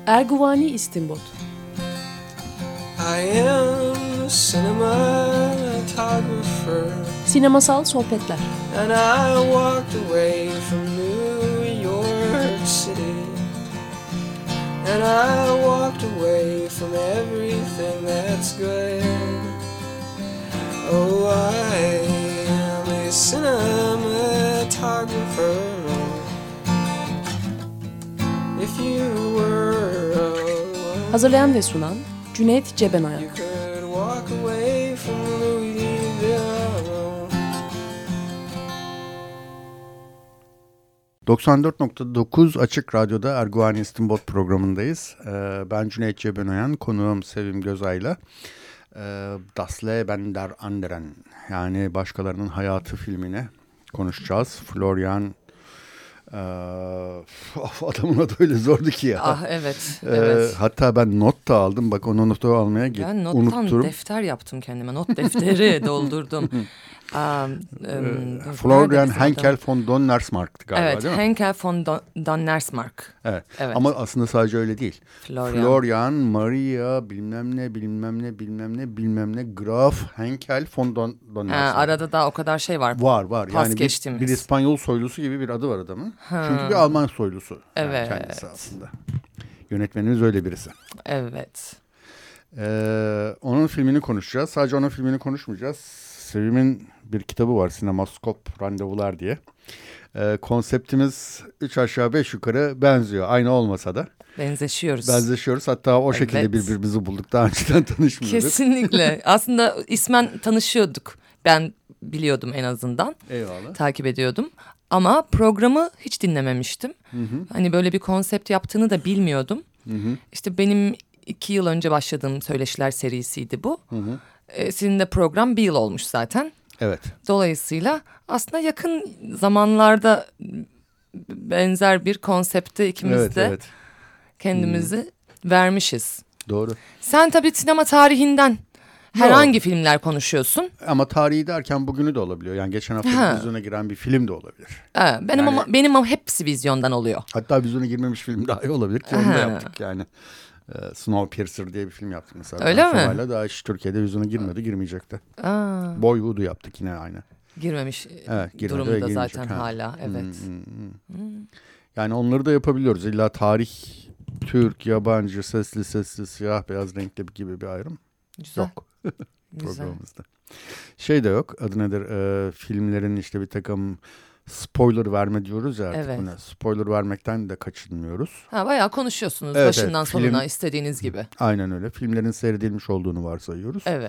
Erguvani İstinbot. I am a cinematographer. Sinemasal sohbetler. And I walked away from New York City. And I walked away from everything that's good. Oh, I am a cinematographer. If you were alone, Hazırlayan ve sunan Cüneyt Cebenayak. you could walk away from Louisville alone. 94.9 Açık Radyo'da Erguvani İstinbot programındayız. Ben Cüneyt Cebenayan, konuğum Sevim Gözay'la. Das Leben der Anderen, yani başkalarının hayatı filmini konuşacağız. Florian, adamın adı öyle zordu ki ya. Ah evet. Evet. Hatta ben not da aldım. Bak onu notu almaya Ben nottan unuttum. defter yaptım kendime. Not defteri doldurdum. Florian Henkel von Donnersmarck galiba, evet, değil mi? Henkel von Donnersmarck. Evet. Evet. Ama aslında sadece öyle değil. Florian Maria bilmem ne Graf Henkel von Donnersmarck. Arada da o kadar şey var. Var. Pas Yani geçtiğimiz. bir İspanyol soylusu gibi bir adı var adamın. Çünkü bir Alman soylusu. Evet. Yani kendisi aslında. Yönetmenimiz öyle birisi. Evet. Onun filmini konuşacağız. Sadece onun filmini konuşmayacağız. Sevim'in bir kitabı var, Sinemaskop Randevular diye. Konseptimiz 3 aşağı 5 yukarı benziyor. Aynı olmasa da. Benzeşiyoruz. Hatta o Evet. şekilde birbirimizi bulduk. Daha önceden tanışmıyorduk. Kesinlikle. Aslında ismen tanışıyorduk. Ben biliyordum en azından. Eyvallah. Takip ediyordum. Ama programı hiç dinlememiştim. Hani böyle bir konsept yaptığını da bilmiyordum. İşte benim 2 yıl önce başladığım Söyleşiler serisiydi bu. Sizin de program 1 yıl olmuş zaten. Evet. Dolayısıyla aslında yakın zamanlarda benzer bir konsepte ikimiz de kendimizi vermişiz. Doğru. Sen tabii sinema tarihinden herhangi filmler konuşuyorsun. Ama tarihi derken bugünü de olabiliyor. Yani geçen hafta vizyona giren bir film de olabilir. Benim ama hepsi vizyondan oluyor. Hatta vizyona girmemiş film dahi olabilir ki onu da yaptık yani. Snowpiercer diye bir film yaptık mesela. Öyle mi? Hala daha hiç Türkiye'de vizyona girmedi, girmeyecekti. Boyhood'u yaptık yine aynı. Girmemiş girmedi, durumda zaten hala. Evet. Yani onları da yapabiliyoruz. İlla tarih, Türk, yabancı, sesli, siyah, beyaz, renkli gibi bir ayrım Güzel. yok programımızda. Şey de yok. Adı nedir? Filmlerin işte bir takım spoiler verme diyoruz ya artık. Evet. Buna. Spoiler vermekten de kaçınmıyoruz. Bayağı konuşuyorsunuz başından sonuna istediğiniz gibi. Aynen öyle. Filmlerin seyredilmiş olduğunu varsayıyoruz. Evet.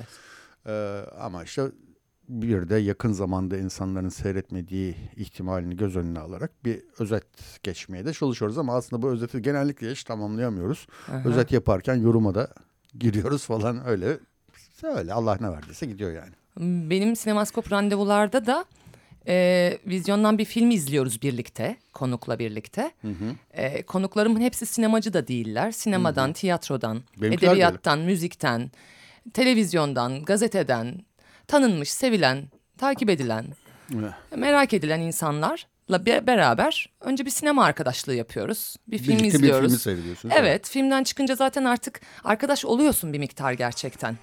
Ama işte bir de yakın zamanda insanların seyretmediği ihtimalini göz önüne alarak bir özet geçmeye de çalışıyoruz. Ama aslında bu özeti genellikle hiç tamamlayamıyoruz. Özet yaparken yoruma da giriyoruz falan, öyle Allah ne verdiyse gidiyor yani. Benim Sinemaskop Randevularda da vizyondan bir film izliyoruz birlikte, konukla birlikte. Konuklarımın hepsi sinemacı da değiller. Sinemadan, tiyatrodan, edebiyattan, müzikten, televizyondan, gazeteden, tanınmış, sevilen, takip edilen, merak edilen insanlarla beraber önce bir sinema arkadaşlığı yapıyoruz. Bir film birlikte izliyoruz. Bir filmi seyrediyorsunuz. Evet, filmden çıkınca zaten artık arkadaş oluyorsun bir miktar gerçekten.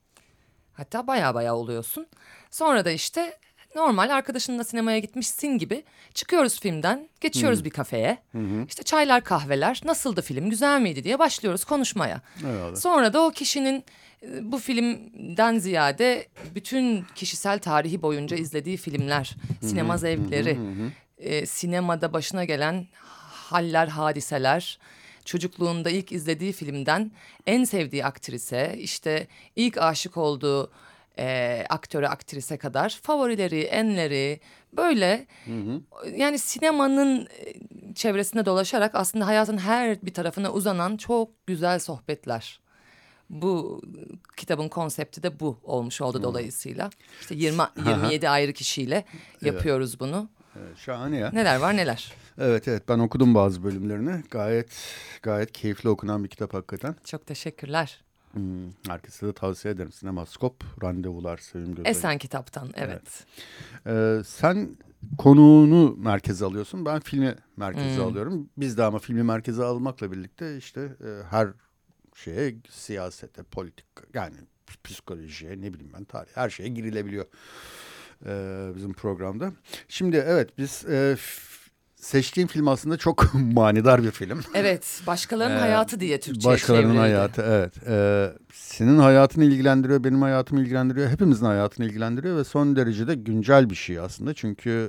Hatta baya oluyorsun. Sonra da işte normal arkadaşınla sinemaya gitmişsin gibi çıkıyoruz filmden, geçiyoruz bir kafeye. İşte çaylar, kahveler, nasıldı film, güzel miydi diye başlıyoruz konuşmaya. Eyvallah. Sonra da o kişinin bu filmden ziyade bütün kişisel tarihi boyunca izlediği filmler, sinema zevkleri, sinemada başına gelen haller, hadiseler, çocukluğunda ilk izlediği filmden en sevdiği aktrise, işte ilk aşık olduğu aktöre, aktrise kadar favorileri, enleri böyle yani sinemanın çevresinde dolaşarak aslında hayatın her bir tarafına uzanan çok güzel sohbetler. Bu kitabın konsepti de bu olmuş oldu dolayısıyla. İşte 27 ayrı kişiyle yapıyoruz bunu. Evet, şahane ya. Neler var neler. Evet ben okudum bazı bölümlerini. Gayet keyifli okunan bir kitap hakikaten. Çok teşekkürler. Herkese de tavsiye ederim. Sinemaskop Randevular, Sevim Gözay. Esen Kitap'tan, evet. Sen konuğunu merkeze alıyorsun. Ben filmi merkeze alıyorum. Biz de ama filmi merkeze almakla birlikte işte her şeye, siyasete, politik, yani psikolojiye, ne bileyim ben, tarih, her şeye girilebiliyor bizim programda. Şimdi evet, biz seçtiğim film aslında çok manidar bir film. Evet, başkalarının hayatı diye Türkçe'ye Başkalarının çevrildi. hayatı, evet. Senin hayatını ilgilendiriyor, benim hayatımı ilgilendiriyor, hepimizin hayatını ilgilendiriyor ve son derece de güncel bir şey aslında. Çünkü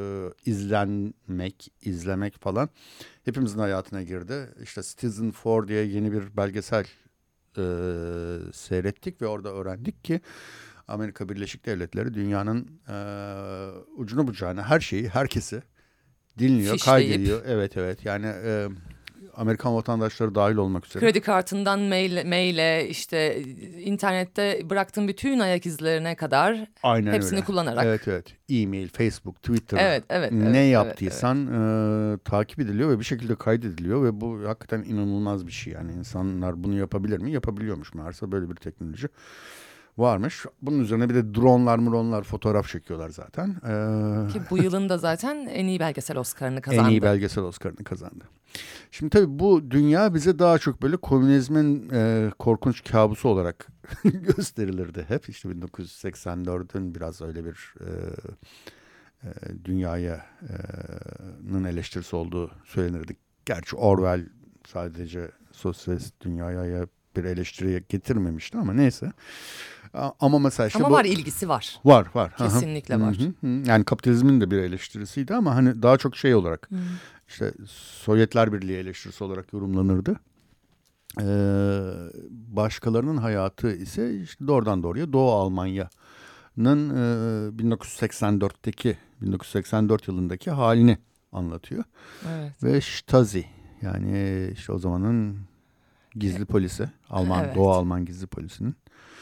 izlemek falan hepimizin hayatına girdi. İşte Citizen 4 diye yeni bir belgesel seyrettik ve orada öğrendik ki Amerika Birleşik Devletleri dünyanın ucunu bucağına her şeyi, herkesi dinliyor, Fişleyip. kaydediyor. Evet, yani Amerikan vatandaşları dahil olmak üzere. Kredi kartından maile, işte internette bıraktığın bütün ayak izlerine kadar Aynen hepsini öyle. kullanarak. Evet. E-mail, Facebook, Twitter, Evet, ne evet, yaptıysan takip ediliyor ve bir şekilde kaydediliyor ve bu hakikaten inanılmaz bir şey. Yani insanlar bunu yapabilir mi? Yapabiliyormuş meğerse, böyle bir teknoloji varmış. Bunun üzerine bir de dronlar fotoğraf çekiyorlar zaten. Ki bu yılın da zaten en iyi belgesel Oscar'ını kazandı. En iyi belgesel Oscar'ını kazandı. Şimdi tabii bu dünya bize daha çok böyle komünizmin korkunç kabusu olarak gösterilirdi hep. İşte 1984'ün biraz öyle bir dünyanın eleştirisi olduğu söylenirdi. Gerçi Orwell sadece sosyalist dünyaya bir eleştiri getirmemişti ama neyse. Ama mesela işte Ama var, ilgisi var. Var. Kesinlikle var. Yani kapitalizmin de bir eleştirisiydi ama hani daha çok şey olarak işte Sovyetler Birliği eleştirisi olarak yorumlanırdı. Başkalarının hayatı ise işte doğrudan doğruya Doğu Almanya'nın 1984 yılındaki halini anlatıyor. Evet. Ve Stasi, yani işte o zamanın gizli polisi, Evet. Doğu Alman gizli polisinin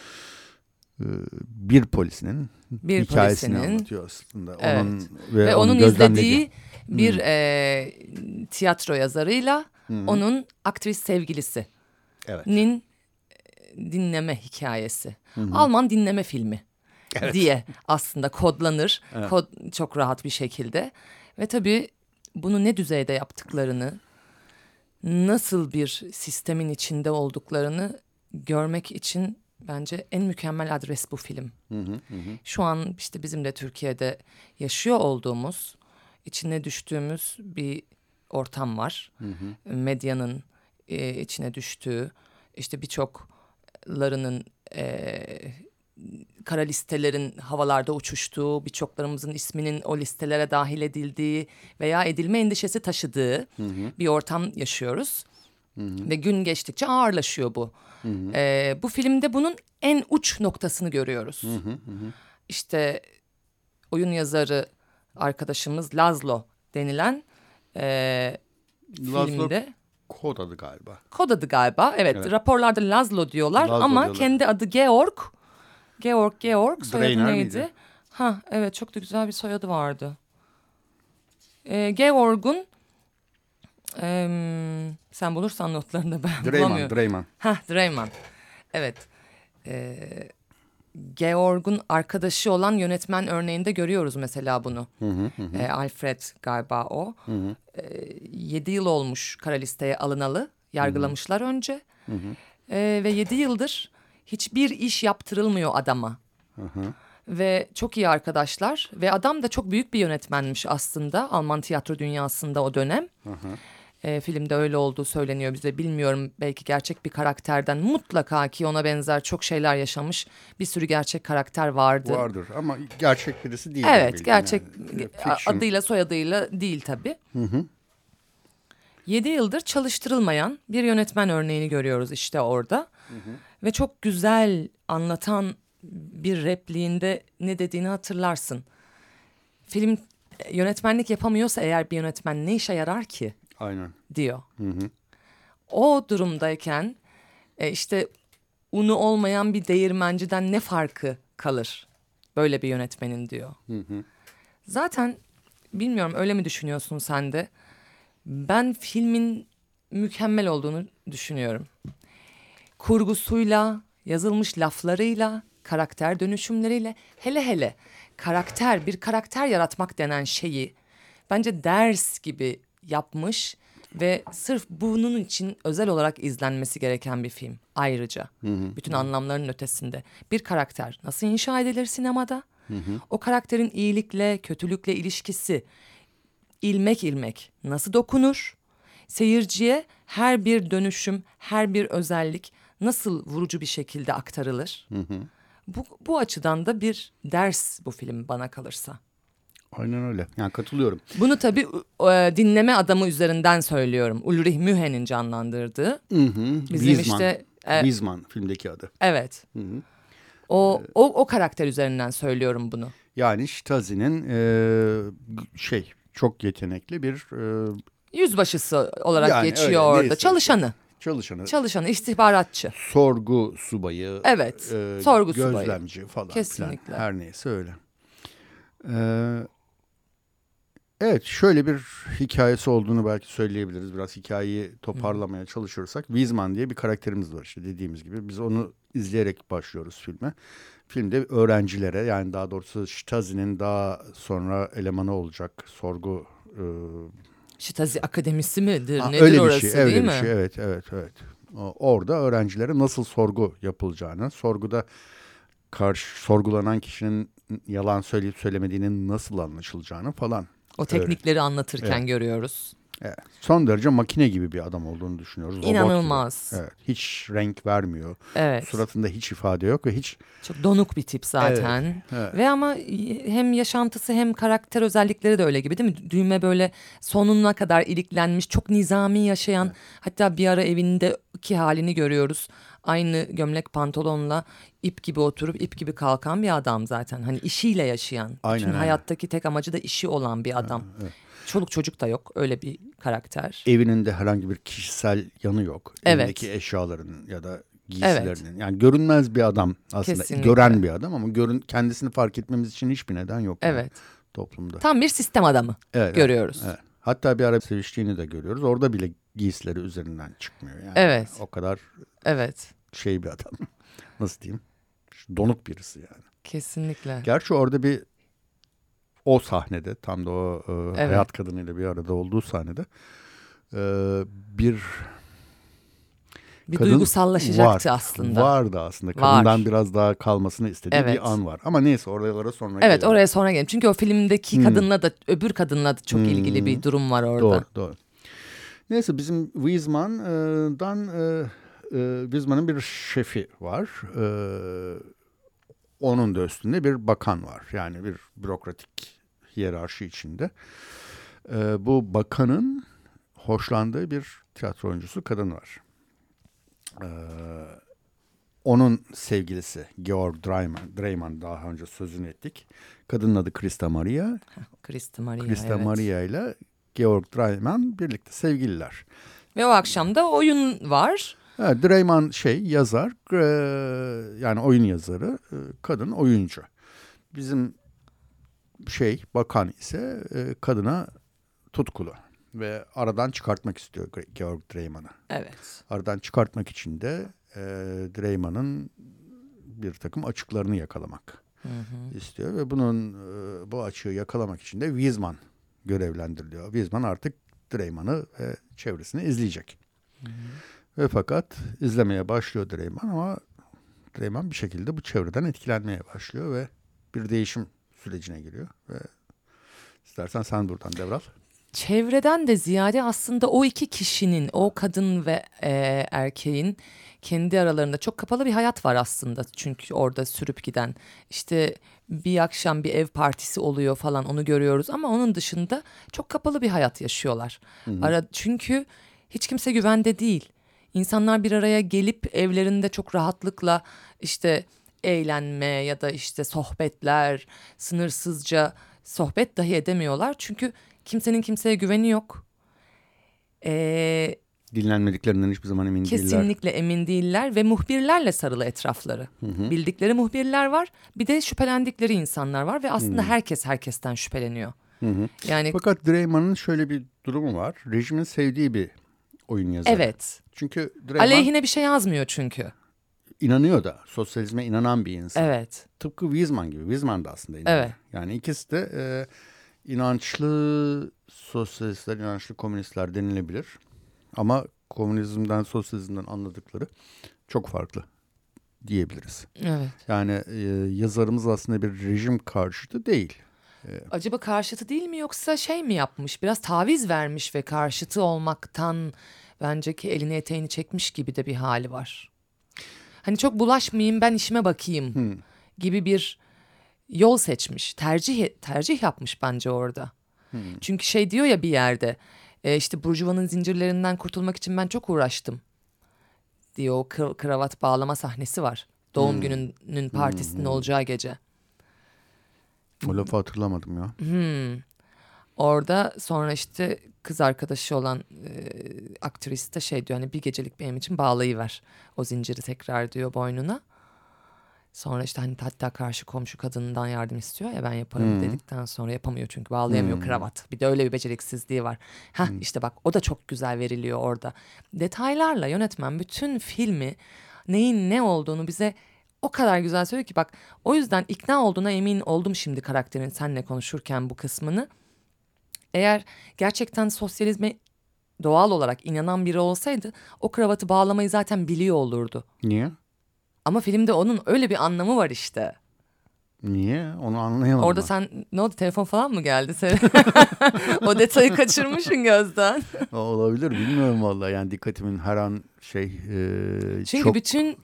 bir polisinin hikayesini anlatıyor aslında. Evet. Onun ve onun gözlemlediği. izlediği bir tiyatro yazarıyla onun aktris sevgilisinin dinleme hikayesi. Alman dinleme filmi diye aslında kodlanır. Evet. Çok rahat bir şekilde. Ve tabii bunu ne düzeyde yaptıklarını, nasıl bir sistemin içinde olduklarını görmek için bence en mükemmel adres bu film. Şu an işte bizim de Türkiye'de yaşıyor olduğumuz, içine düştüğümüz bir ortam var. Medyanın içine düştüğü, işte birçoklarının kara listelerin havalarda uçuştuğu, birçoklarımızın isminin o listelere dahil edildiği veya edilme endişesi taşıdığı bir ortam yaşıyoruz. Ve gün geçtikçe ağırlaşıyor bu. Bu filmde bunun en uç noktasını görüyoruz. İşte oyun yazarı arkadaşımız Laszlo denilen filmde. Kod adı galiba. Kod adı galiba. Evet. Raporlarda Laszlo diyorlar Laszlo ama diyorlar. kendi adı Georg. Soyadı Drainer neydi? miydi? Evet, çok da güzel bir soyadı vardı. Georg'un sen bulursan notlarını ben bulamıyorum. Dreyman. Dreyman. Evet. Georg'un arkadaşı olan yönetmen örneğinde görüyoruz mesela bunu. Alfred galiba o. 7 yıl olmuş kara listeye alınalı. Yargılamışlar önce. Ve 7 yıldır hiçbir iş yaptırılmıyor adama. Ve çok iyi arkadaşlar. Ve adam da çok büyük bir yönetmenmiş aslında Alman tiyatro dünyasında o dönem. Filmde öyle olduğu söyleniyor bize. Bilmiyorum, belki gerçek bir karakterden, mutlaka ki ona benzer çok şeyler yaşamış bir sürü gerçek karakter vardı. Vardır ama gerçek birisi değil. Evet, gerçek yani. Fiction. adıyla soyadıyla değil tabii. 7 yıldır çalıştırılmayan bir yönetmen örneğini görüyoruz işte orada. Ve çok güzel anlatan bir repliğinde ne dediğini hatırlarsın. Film yönetmenlik yapamıyorsa eğer bir yönetmen ne işe yarar ki? Aynen. Diyor. O durumdayken işte unu olmayan bir değirmenciden ne farkı kalır böyle bir yönetmenin diyor. Zaten bilmiyorum, öyle mi düşünüyorsun sen de? Ben filmin mükemmel olduğunu düşünüyorum. Kurgusuyla, yazılmış laflarıyla, karakter dönüşümleriyle, hele bir karakter yaratmak denen şeyi bence ders gibi yapmış ve sırf bunun için özel olarak izlenmesi gereken bir film ayrıca. Bütün anlamların ötesinde. Bir karakter nasıl inşa edilir sinemada? O karakterin iyilikle, kötülükle ilişkisi ilmek nasıl dokunur? Seyirciye her bir dönüşüm, her bir özellik nasıl vurucu bir şekilde aktarılır? Bu açıdan da bir ders bu film bana kalırsa. Aynen öyle. Yani katılıyorum. Bunu tabii dinleme adamı üzerinden söylüyorum. Ulrich Mühen'in canlandırdığı. Bizim işte Wiesmann filmdeki adı. evet. O karakter üzerinden söylüyorum bunu. Yani Stasi'nin çok yetenekli bir Yüzbaşısı olarak yani geçiyor öyle, orada. neyse. Çalışanı, istihbaratçı. Sorgu subayı. Evet, sorgu subayı. Gözlemci falan. Kesinlikle. Falan. Her neyse öyle. Evet, şöyle bir hikayesi olduğunu belki söyleyebiliriz. Biraz hikayeyi toparlamaya çalışırsak. Wiesmann diye bir karakterimiz var işte dediğimiz gibi. Biz onu izleyerek başlıyoruz filme. Filmde öğrencilere, yani daha doğrusu Stasi'nin daha sonra elemanı olacak sorgu... Stasi Akademisi midir? Nedir öyle bir orası şey, değil öyle mi? bir şey. Evet. Orada öğrencilere nasıl sorgu yapılacağını, sorguda sorgulanan kişinin yalan söyleyip söylemediğinin nasıl anlaşılacağını falan. O teknikleri anlatırken Evet. görüyoruz. Evet. Son derece makine gibi bir adam olduğunu düşünüyoruz. Robot İnanılmaz. gibi. Evet. Hiç renk vermiyor. Evet. Suratında hiç ifade yok ve hiç... Çok donuk bir tip zaten. Evet. Ve ama hem yaşantısı hem karakter özellikleri de öyle gibi değil mi? Düğme böyle sonuna kadar iliklenmiş, çok nizami yaşayan. Hatta bir ara evinde iki halini görüyoruz. Aynı gömlek pantolonla ip gibi oturup ip gibi kalkan bir adam zaten. Hani işiyle yaşayan. Aynen, Bütün aynen. hayattaki tek amacı da işi olan bir adam. Evet. Çoluk çocuk da yok, öyle bir karakter. Evinin de herhangi bir kişisel yanı yok. Evet. Evindeki eşyaların ya da giysilerinin. Yani görünmez bir adam aslında. Kesinlikle. Gören bir adam ama kendisini fark etmemiz için hiçbir neden yok. yani Evet. toplumda. Tam bir sistem adamı görüyoruz. Evet. Hatta bir ara seviştiğini de görüyoruz. Orada bile giysileri üzerinden çıkmıyor. Yani Evet. O kadar Evet. şey bir adam. Nasıl diyeyim? Donuk birisi yani. Kesinlikle. Gerçi orada o sahnede, tam da o Evet. hayat kadınıyla bir arada olduğu sahnede bir kadın duygusallaşacaktı aslında. Vardı aslında. Kadından biraz daha kalmasını istediği Evet. bir an var. Ama neyse oralara sonra Evet, gelelim. oraya sonra gelelim. Çünkü o filmdeki kadınla da öbür kadınla da çok ilgili bir durum var orada. Doğru. Neyse bizim Wiesmann'ın bir şefi var. Onun da üstünde bir bakan var. Yani bir bürokratik hiyerarşi içinde. Bu bakanın hoşlandığı bir tiyatro oyuncusu kadın var. Onun sevgilisi Georg Dreyman, daha önce sözünü ettik. Kadının adı Christa Maria. Christa Maria, Christa evet. Maria ile Georg Dreyman birlikte sevgililer. Ve o akşam da oyun var. Evet, Dreyman yazar, yani oyun yazarı, kadın oyuncu. Bizim bakan ise kadına tutkulu ve aradan çıkartmak istiyor Georg Dreyman'ı. Evet. Aradan çıkartmak için de Dreyman'ın bir takım açıklarını yakalamak istiyor ve bu açığı yakalamak için de Wiesmann görevlendiriliyor. Wiesmann artık Dreyman'ı ve çevresini izleyecek. Ve fakat izlemeye başlıyor Dreyman ama Dreyman bir şekilde bu çevreden etkilenmeye başlıyor ve bir değişim sürecine giriyor. Ve istersen sen buradan devral. Çevreden de ziyade aslında o iki kişinin, o kadın ve erkeğin kendi aralarında çok kapalı bir hayat var aslında. Çünkü orada sürüp giden, işte bir akşam bir ev partisi oluyor falan, onu görüyoruz ama onun dışında çok kapalı bir hayat yaşıyorlar. Çünkü hiç kimse güvende değil. İnsanlar bir araya gelip evlerinde çok rahatlıkla işte eğlenme ya da işte sohbetler, sınırsızca sohbet dahi edemiyorlar. Çünkü kimsenin kimseye güveni yok. Dinlenmediklerinden hiçbir zaman emin değiller. Kesinlikle emin değiller ve muhbirlerle sarılı etrafları. Bildikleri muhbirler var, bir de şüphelendikleri insanlar var ve aslında herkes herkesten şüpheleniyor. Yani Fakat Dreyman'ın şöyle bir durumu var. Rejimin sevdiği bir oyun yazarı. evet. Çünkü Dreyman Aleyhine bir şey yazmıyor çünkü. inanıyor da. Sosyalizme inanan bir insan. Evet. Tıpkı Wiesmann gibi. Wiesmann da aslında inanıyor. Evet. Yani ikisi de inançlı sosyalistler, inançlı komünistler denilebilir. Ama komünizmden, sosyalizmden anladıkları çok farklı diyebiliriz. Evet. Yani yazarımız aslında bir rejim karşıtı değil. Acaba karşıtı değil mi yoksa şey mi yapmış? Biraz taviz vermiş ve karşıtı olmaktan bence ki elini eteğini çekmiş gibi de bir hali var. Hani çok bulaşmayayım, ben işime bakayım gibi bir yol seçmiş. Tercih yapmış bence orada. Çünkü şey diyor ya bir yerde, işte burjuvanın zincirlerinden kurtulmak için ben çok uğraştım diyor. O kravat bağlama sahnesi var. Doğum gününün partisinin olacağı gece. O lafı hatırlamadım ya. Orada sonra işte kız arkadaşı olan aktris de şey diyor, hani bir gecelik benim için bağlayıver o zinciri tekrar diyor boynuna. Sonra işte hani hatta karşı komşu kadından yardım istiyor ya, ben yaparım dedikten sonra yapamıyor çünkü bağlayamıyor kravat. Bir de öyle bir beceriksizliği var. İşte bak o da çok güzel veriliyor orada. Detaylarla yönetmen bütün filmi neyin ne olduğunu bize o kadar güzel söylüyor ki bak, o yüzden ikna olduğuna emin oldum şimdi karakterin seninle konuşurken bu kısmını. Eğer gerçekten sosyalizme doğal olarak inanan biri olsaydı o kravatı bağlamayı zaten biliyor olurdu. Niye? Ama filmde onun öyle bir anlamı var işte. Niye? Onu anlayamadım. Orada sen ne oldu, telefon falan mı geldi senin? O detayı kaçırmışsın gözden. Olabilir, bilmiyorum vallahi. Yani dikkatimin her an Çünkü çok... bütün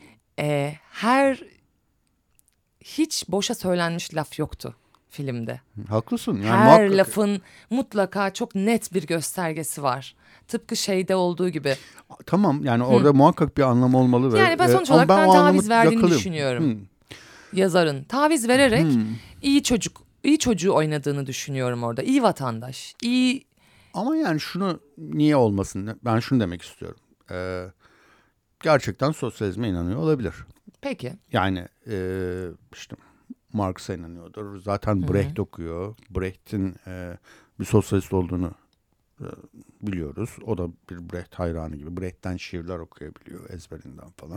hiç boşa söylenmiş laf yoktu filmde. Haklısın. Yani Her muhakkak... lafın mutlaka çok net bir göstergesi var. Tıpkı şeyde olduğu gibi. Tamam, yani orada muhakkak bir anlam olmalı. Yani ben sonuç olarak ben taviz verdiğini düşünüyorum. Yazarın taviz vererek iyi çocuğu oynadığını düşünüyorum orada. İyi vatandaş, iyi... Ama yani şunu niye olmasın? Ben şunu demek istiyorum. Gerçekten sosyalizme inanıyor olabilir. Peki. Yani işte Marx'a inanıyordur. Zaten Brecht okuyor. Brecht'in bir sosyalist olduğunu biliyoruz. O da bir Brecht hayranı gibi. Brecht'ten şiirler okuyabiliyor ezberinden falan.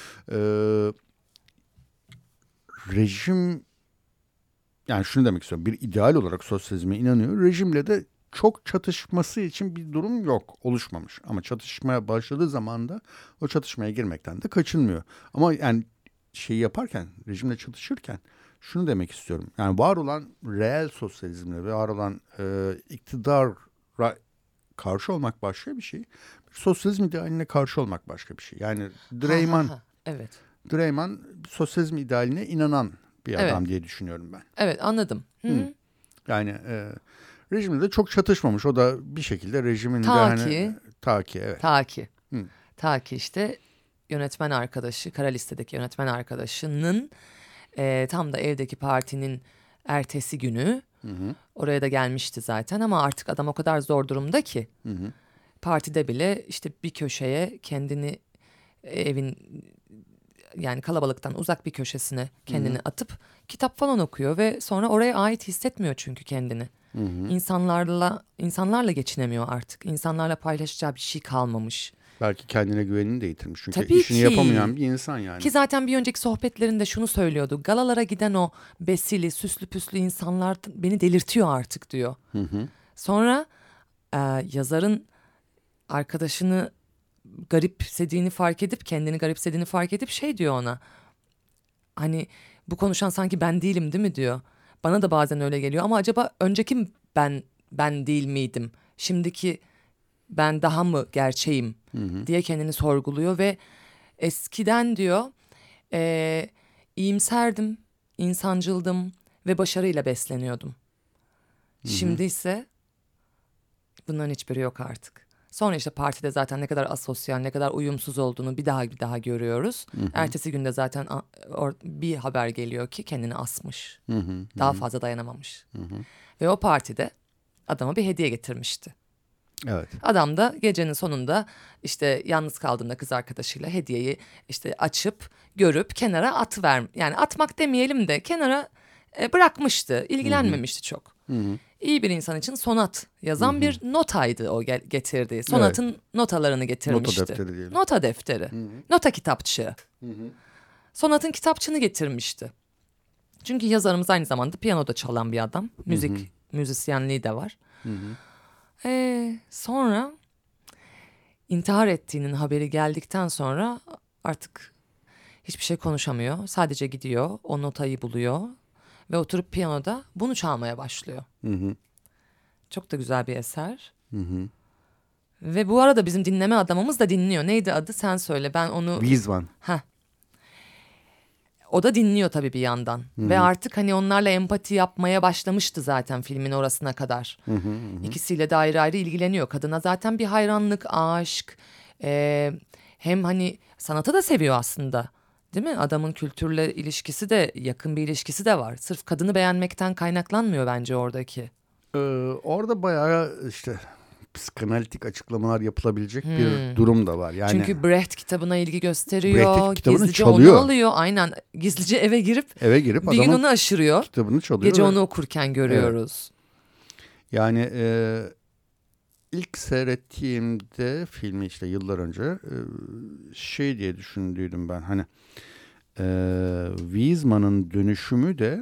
Rejim, yani şunu demek istiyorum. Bir ideal olarak sosyalizme inanıyor. Rejimle de çok çatışması için bir durum yok. Oluşmamış. Ama çatışmaya başladığı zaman da o çatışmaya girmekten de kaçınmıyor. Ama yani şeyi yaparken, rejimle çatışırken şunu demek istiyorum. Yani var olan reel sosyalizmle ve var olan iktidara karşı olmak başka bir şey. Sosyalizm idealine karşı olmak başka bir şey. Yani Evet. Dreyman sosyalizm idealine inanan bir adam diye düşünüyorum ben. Evet, anladım. Yani rejimle de çok çatışmamış. O da bir şekilde rejimin Ta ki işte yönetmen arkadaşı, Kara Liste'deki yönetmen arkadaşının tam da evdeki partinin ertesi günü oraya da gelmişti zaten, ama artık adam o kadar zor durumda ki partide bile işte bir köşeye kendini, evin yani kalabalıktan uzak bir köşesine kendini atıp kitap falan okuyor ve sonra oraya ait hissetmiyor çünkü kendini. İnsanlarla geçinemiyor artık. İnsanlarla paylaşacağı bir şey kalmamış. Belki kendine güvenini de yitirmiş. Çünkü Tabii işini ki yapamayan bir insan yani. Ki zaten bir önceki sohbetlerinde şunu söylüyordu. Galalara giden o besili, süslü püslü insanlar beni delirtiyor artık diyor. Sonra yazarın arkadaşını kendini garipsediğini fark edip şey diyor ona. Hani bu konuşan sanki ben değilim değil mi diyor. Bana da bazen öyle geliyor ama acaba önceki ben değil miydim? Şimdiki ben daha mı gerçeğim diye kendini sorguluyor ve eskiden diyor iyimserdim, insancıldım ve başarıyla besleniyordum. Şimdi ise bunların hiçbiri yok artık. Sonra işte partide zaten ne kadar asosyal, ne kadar uyumsuz olduğunu bir daha görüyoruz. Ertesi günde zaten bir haber geliyor ki kendini asmış. Daha fazla dayanamamış. Ve o partide adama bir hediye getirmişti. Evet. Adam da gecenin sonunda işte yalnız kaldığında kız arkadaşıyla hediyeyi işte açıp görüp kenara yani atmak demeyelim de kenara bırakmıştı. İlgilenmemişti çok. İyi bir insan için sonat yazan bir notaydı o getirdiği. Sonatın notalarını getirmişti. Nota defteri diyelim. Nota defteri. Nota kitapçığı. Sonat'ın kitapçığını getirmişti. Çünkü yazarımız aynı zamanda piyanoda çalan bir adam. Müzisyenliği de var. Sonra intihar ettiğinin haberi geldikten sonra artık hiçbir şey konuşamıyor. Sadece gidiyor, o notayı buluyor ve oturup piyanoda bunu çalmaya başlıyor. Çok da güzel bir eser. Ve bu arada bizim dinleme adamımız da dinliyor. Neydi adı? Sen söyle. Ben onu... Wiesmann. O da dinliyor tabii bir yandan. Ve artık hani onlarla empati yapmaya başlamıştı zaten filmin orasına kadar. İkisiyle de ayrı ayrı ilgileniyor. Kadına zaten bir hayranlık, aşk. Hem hani sanatı da seviyor aslında. Değil mi? Adamın kültürle ilişkisi de, yakın bir ilişkisi de var. Sırf kadını beğenmekten kaynaklanmıyor bence oradaki. Orada bayağı işte psikanalitik açıklamalar yapılabilecek bir durum da var. Yani çünkü Brecht kitabına ilgi gösteriyor. Brecht'in kitabını gizlice çalıyor. onu alıyor. Aynen. Gizlice eve girip bir gün onu aşırıyor. Kitabını çalıyor. Gece onu okurken görüyoruz. Evet. Yani ilk seyrettiğimde filmi işte yıllar önce şey diye düşündüydüm ben. Hani Wiesmann'ın dönüşümü de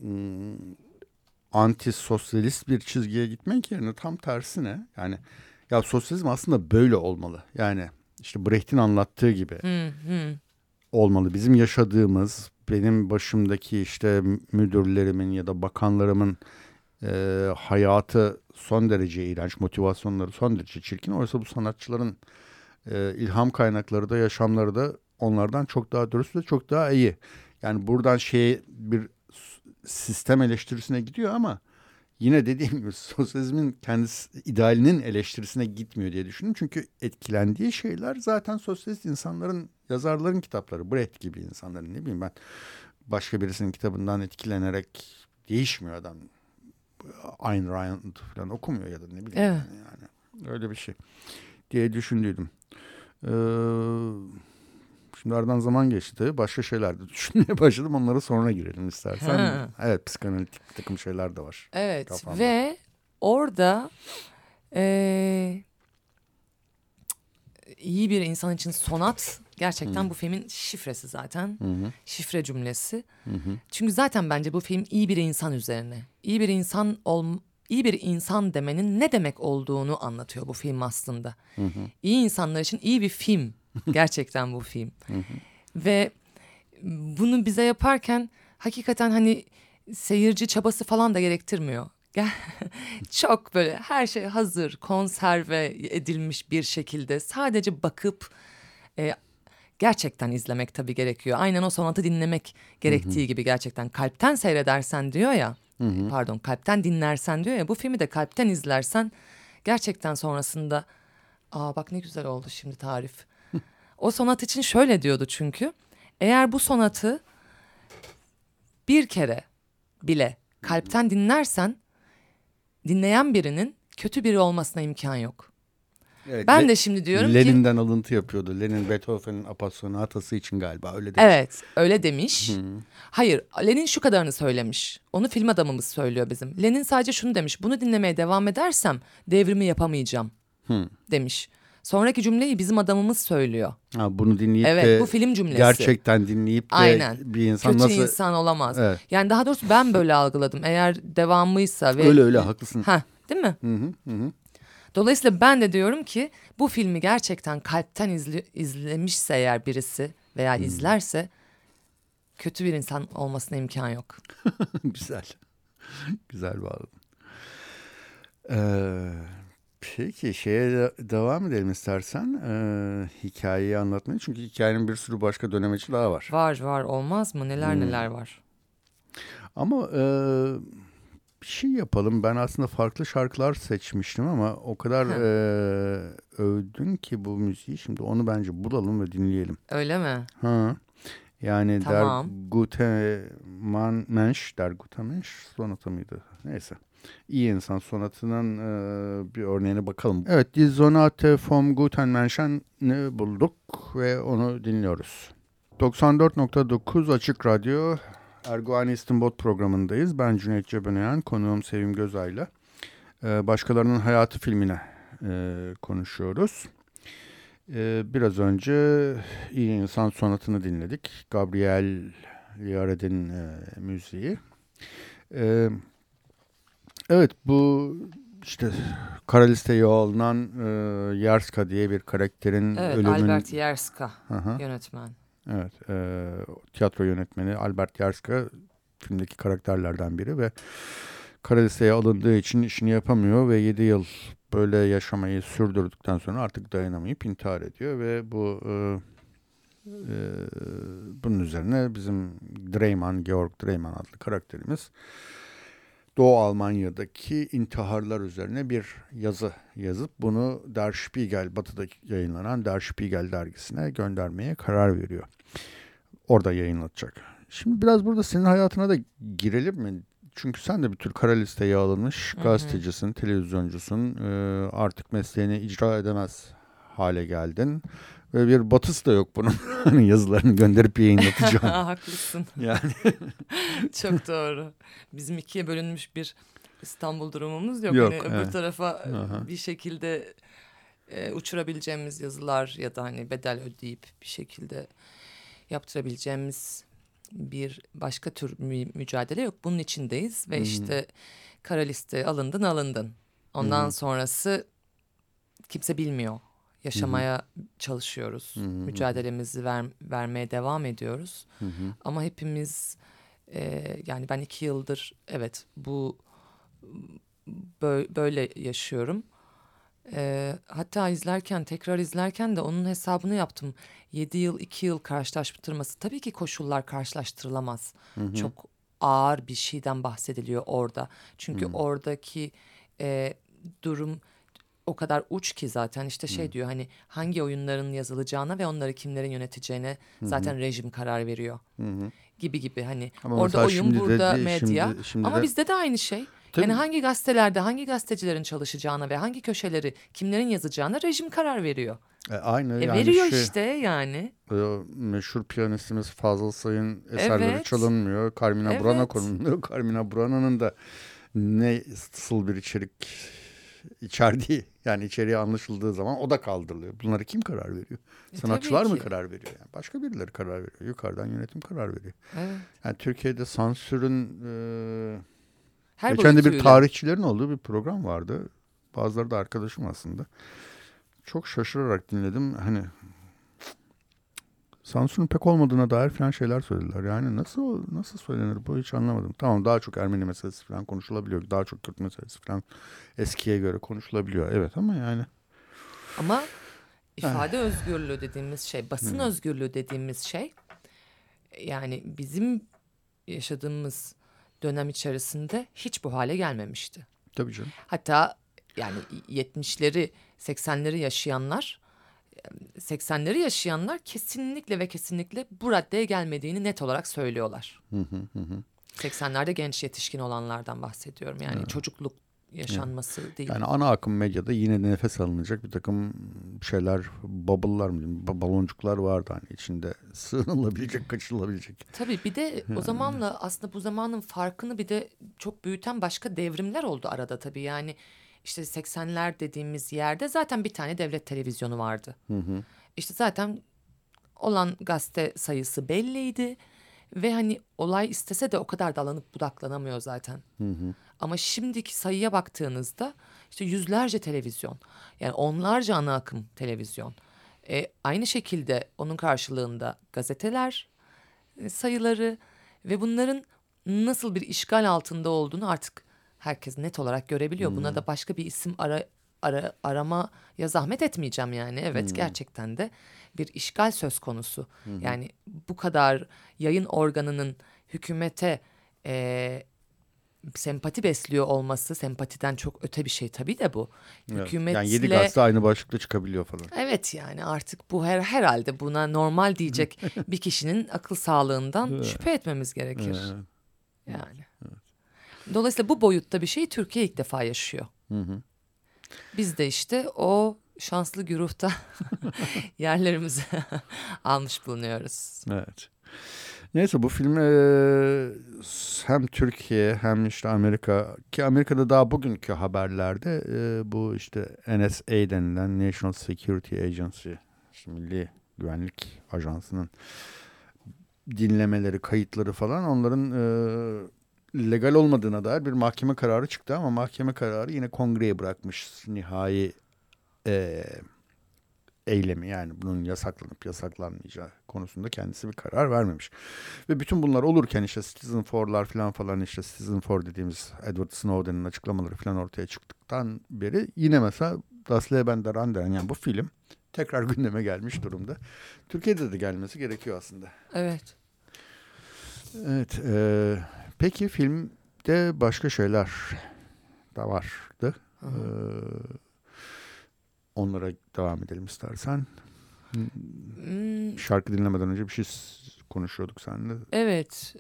anti-sosyalist bir çizgiye gitmek yerine tam tersine, yani ya sosyalizm aslında böyle olmalı. Yani işte Brecht'in anlattığı gibi olmalı. Bizim yaşadığımız, benim başımdaki işte müdürlerimin ya da bakanlarımın hayatı son derece iğrenç, motivasyonları son derece çirkin. Oysa bu sanatçıların ilham kaynakları da, yaşamları da onlardan çok daha dürüst ve çok daha iyi. Yani buradan bir sistem eleştirisine gidiyor ama yine dediğim gibi sosyalizmin kendisi idealinin eleştirisine gitmiyor diye düşünüyorum. Çünkü etkilendiği şeyler zaten sosyalist insanların, yazarların kitapları. Brecht gibi insanların, ne bileyim ben, başka birisinin kitabından etkilenerek değişmiyor adam. Ayn Rand falan okumuyor ya da ne bileyim. Evet. Yani öyle bir şey diye düşündüydüm. Şimdi aradan zaman geçti tabii. Başka şeyler de düşünmeye başladım. Onlara sonra girelim istersen. Evet, psikanalitik bir takım şeyler de var. Evet kafamda. Ve orada iyi bir insan için sonat gerçekten bu filmin şifresi zaten. Şifre cümlesi. Çünkü zaten bence bu film iyi bir insan üzerine. İyi bir insan demenin ne demek olduğunu anlatıyor bu film aslında. İyi insanlar için iyi bir film. Gerçekten bu film. Ve bunu bize yaparken hakikaten hani seyirci çabası falan da gerektirmiyor. Çok böyle her şey hazır, konserve edilmiş bir şekilde sadece bakıp gerçekten izlemek tabii gerekiyor. Aynen o sonatı dinlemek gerektiği gibi gerçekten kalpten seyredersen diyor ya. Pardon, kalpten dinlersen diyor ya. Bu filmi de kalpten izlersen gerçekten sonrasında bak ne güzel oldu şimdi tarif. O sonat için şöyle diyordu çünkü. Eğer bu sonatı bir kere bile kalpten dinlersen dinleyen birinin kötü biri olmasına imkan yok. Evet, ben de şimdi diyorum Lenin'den alıntı yapıyordu. Lenin Beethoven'in Appassionata'sı için galiba öyle demiş. Evet, öyle demiş. Hayır, Lenin şu kadarını söylemiş. Onu film adamımız söylüyor bizim. Lenin sadece şunu demiş. Bunu dinlemeye devam edersem devrimi yapamayacağım demiş. Sonraki cümleyi bizim adamımız söylüyor. Bunu dinleyip evet, bu film cümlesi. Gerçekten dinleyip de aynen. Bir insan kötü nasıl... insan olamaz. Evet. Yani daha doğrusu ben böyle algıladım. Eğer devamıysa ve... Öyle haklısın. Değil mi? Dolayısıyla ben de diyorum ki bu filmi gerçekten kalpten izlemişse eğer birisi veya izlerse kötü bir insan olmasına imkan yok. Güzel. Güzel bağladın. Peki devam edelim istersen hikayeyi anlatmaya. Çünkü hikayenin bir sürü başka dönemeci daha var. Var olmaz mı? Neler var. Ama bir şey yapalım. Ben aslında farklı şarkılar seçmiştim ama o kadar övdün ki bu müziği. Şimdi onu bence bulalım ve dinleyelim. Öyle mi? Yani tamam. Der gute Mensch sonata mıydı? Neyse. İyi insan sonatının bir örneğine bakalım. Evet, Die Sonate vom Guten Menschen'i bulduk ve onu dinliyoruz. 94.9 Açık Radyo Erguvani İstinbot programındayız. Ben Cüneyt Cebenayan, konuğum Sevim Gözay'la. Başkalarının Hayatı filmine konuşuyoruz. Biraz önce İyi İnsan Sonatı'nı dinledik. Gabriel Yared'in müziği. Evet, bu işte kara listeye alınan Yerska diye bir karakterin Evet, ölümün... Albert Yerska Aha. yönetmen. Evet, tiyatro yönetmeni Albert Yerska filmdeki karakterlerden biri ve kara listeye alındığı için işini yapamıyor ve 7 yıl böyle yaşamayı sürdürdükten sonra artık dayanamayıp intihar ediyor ve bunun üzerine bizim Georg Dreyman adlı karakterimiz Doğu Almanya'daki intiharlar üzerine bir yazı yazıp bunu Der Spiegel, Batı'da yayınlanan Der Spiegel dergisine göndermeye karar veriyor. Orada yayınlatacak. Şimdi biraz burada senin hayatına da girelim mi? Çünkü sen de bir tür kara listeye alınmış gazetecisin, televizyoncusun. Artık mesleğini icra edemez hale geldin. Ve bir batısı da yok bunun. Hani yazılarını gönderip yayınlatacağım. Haklısın. Yani. Çok doğru. Bizim ikiye bölünmüş bir İstanbul durumumuz yok. Yok, Hani öbür evet. tarafa Aha. bir şekilde uçurabileceğimiz yazılar ya da hani bedel ödeyip bir şekilde yaptırabileceğimiz bir başka tür mücadele yok. Bunun içindeyiz ve işte kara liste alındın. Ondan sonrası kimse bilmiyor. Yaşamaya çalışıyoruz. Mücadelemizi vermeye devam ediyoruz. Ama hepimiz yani ben 2 yıldır evet bu böyle yaşıyorum. Hatta tekrar izlerken de onun hesabını yaptım. 7 yıl 2 yıl karşılaştırması tabii ki koşullar karşılaştırılamaz. Çok ağır bir şeyden bahsediliyor orada. Çünkü oradaki durum o kadar uç ki zaten işte diyor hani hangi oyunların yazılacağına ve onları kimlerin yöneteceğine zaten rejim karar veriyor. Gibi hani Ama orada oyun burada değil, medya şimdi ama de... bizde de aynı şey. Tabii. Yani hangi gazetelerde hangi gazetecilerin çalışacağına ve hangi köşeleri kimlerin yazacağına rejim karar veriyor. Aynı yani veriyor işte yani. Meşhur piyanistimiz Fazıl Say'ın eserleri Evet. çalınmıyor. Carmina Burana Evet. konuluyor. Carmina Burana'nın da nasıl bir içerik içerdiği yani içeriği anlaşıldığı zaman o da kaldırılıyor. Bunları kim karar veriyor? Sanatçılar tabii mı ki. karar veriyor? Yani başka birileri karar veriyor. Yukarıdan yönetim karar veriyor. Evet. Yani Türkiye'de sansürün Her geçen de bir boyutuyla. tarihçilerin olduğu bir program vardı. Bazıları da arkadaşım aslında. Çok şaşırarak dinledim. Hani sansürün pek olmadığına dair falan şeyler söylediler. Yani nasıl söylenir bu hiç anlamadım. Tamam, daha çok Ermeni meselesi falan konuşulabiliyor. Daha çok Kürt meselesi falan eskiye göre konuşulabiliyor. Evet ama yani. Ama ifade özgürlüğü dediğimiz şey, basın özgürlüğü dediğimiz şey yani bizim yaşadığımız dönem içerisinde hiç bu hale gelmemişti. Tabii canım. Hatta yani 70'leri 80'leri yaşayanlar kesinlikle ve kesinlikle bu raddeye gelmediğini net olarak söylüyorlar. 80'lerde genç yetişkin olanlardan bahsediyorum. Yani çocukluk yaşanması değil. Yani ana akım medyada yine de nefes alınacak bir takım şeyler, bubble'lar mı diyeyim, baloncuklar vardı hani içinde sığınılabilecek, kaçırılabilecek. Tabii bir de o zamanla aslında bu zamanın farkını bir de çok büyüten başka devrimler oldu arada tabii. Yani işte 80'ler dediğimiz yerde zaten bir tane devlet televizyonu vardı. İşte zaten olan gazete sayısı belliydi. Ve hani olay istese de o kadar dalanıp budaklanamıyor zaten. Ama şimdiki sayıya baktığınızda işte yüzlerce televizyon, yani onlarca ana akım televizyon. Aynı şekilde onun karşılığında gazeteler sayıları ve bunların nasıl bir işgal altında olduğunu artık herkes net olarak görebiliyor. Buna da başka bir isim aramaya zahmet etmeyeceğim yani. Evet gerçekten de bir işgal söz konusu. Yani bu kadar yayın organının hükümete sempati besliyor olması, sempatiden çok öte bir şey tabii de bu. Evet. Hükümetle, Yani 7 gazete aynı başlıkta çıkabiliyor falan. evet yani artık bu herhalde buna normal diyecek bir kişinin akıl sağlığından şüphe etmemiz gerekir. Yani. Dolayısıyla bu boyutta bir şeyi Türkiye ilk defa yaşıyor. Biz de işte o şanslı güruhta yerlerimizi almış bulunuyoruz. Evet. Neyse bu filmi hem Türkiye hem işte Amerika, ki Amerika'da daha bugünkü haberlerde bu işte NSA denilen National Security Agency işte Milli Güvenlik Ajansı'nın dinlemeleri, kayıtları falan onların legal olmadığına dair bir mahkeme kararı çıktı ama mahkeme kararı yine kongreye bırakmış nihai eylemi, yani bunun yasaklanıp yasaklanmayacağı konusunda kendisi bir karar vermemiş. Ve bütün bunlar olurken işte Citizen4'lar falan işte Citizen4 dediğimiz Edward Snowden'ın açıklamaları falan ortaya çıktıktan beri yine mesela Das Leben der Anderen, yani bu film tekrar gündeme gelmiş durumda. Türkiye'de de gelmesi gerekiyor aslında. Evet. Evet. Peki filmde başka şeyler de vardı. Onlara devam edelim istersen. Şarkı dinlemeden önce bir şey konuşuyorduk seninle. Evet.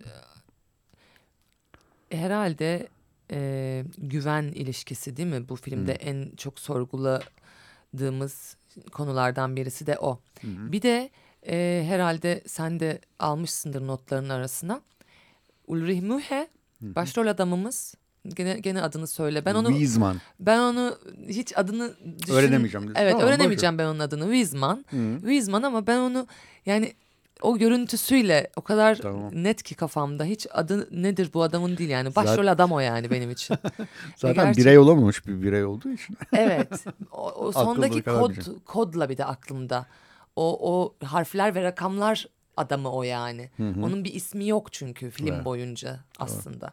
Herhalde güven ilişkisi değil mi? Bu filmde en çok sorguladığımız konulardan birisi de o. Bir de herhalde sen de almışsındır notların arasına. Ulrich Mühe başrol adamımız. Gene adını söyle. Wiesmann. Ben onu hiç adını öğrenemeyeceğim. Evet, tamam, öğrenemeyeceğim ben onun adını. Wiesmann ama ben onu yani o görüntüsüyle o kadar net ki kafamda, hiç adı nedir bu adamın değil yani. Başrol adam o yani benim için. Zaten birey olamamış bir birey olduğu için. Evet. O sondaki kodla bir de aklımda. O harfler ve rakamlar adamı o yani. Onun bir ismi yok çünkü film boyunca aslında.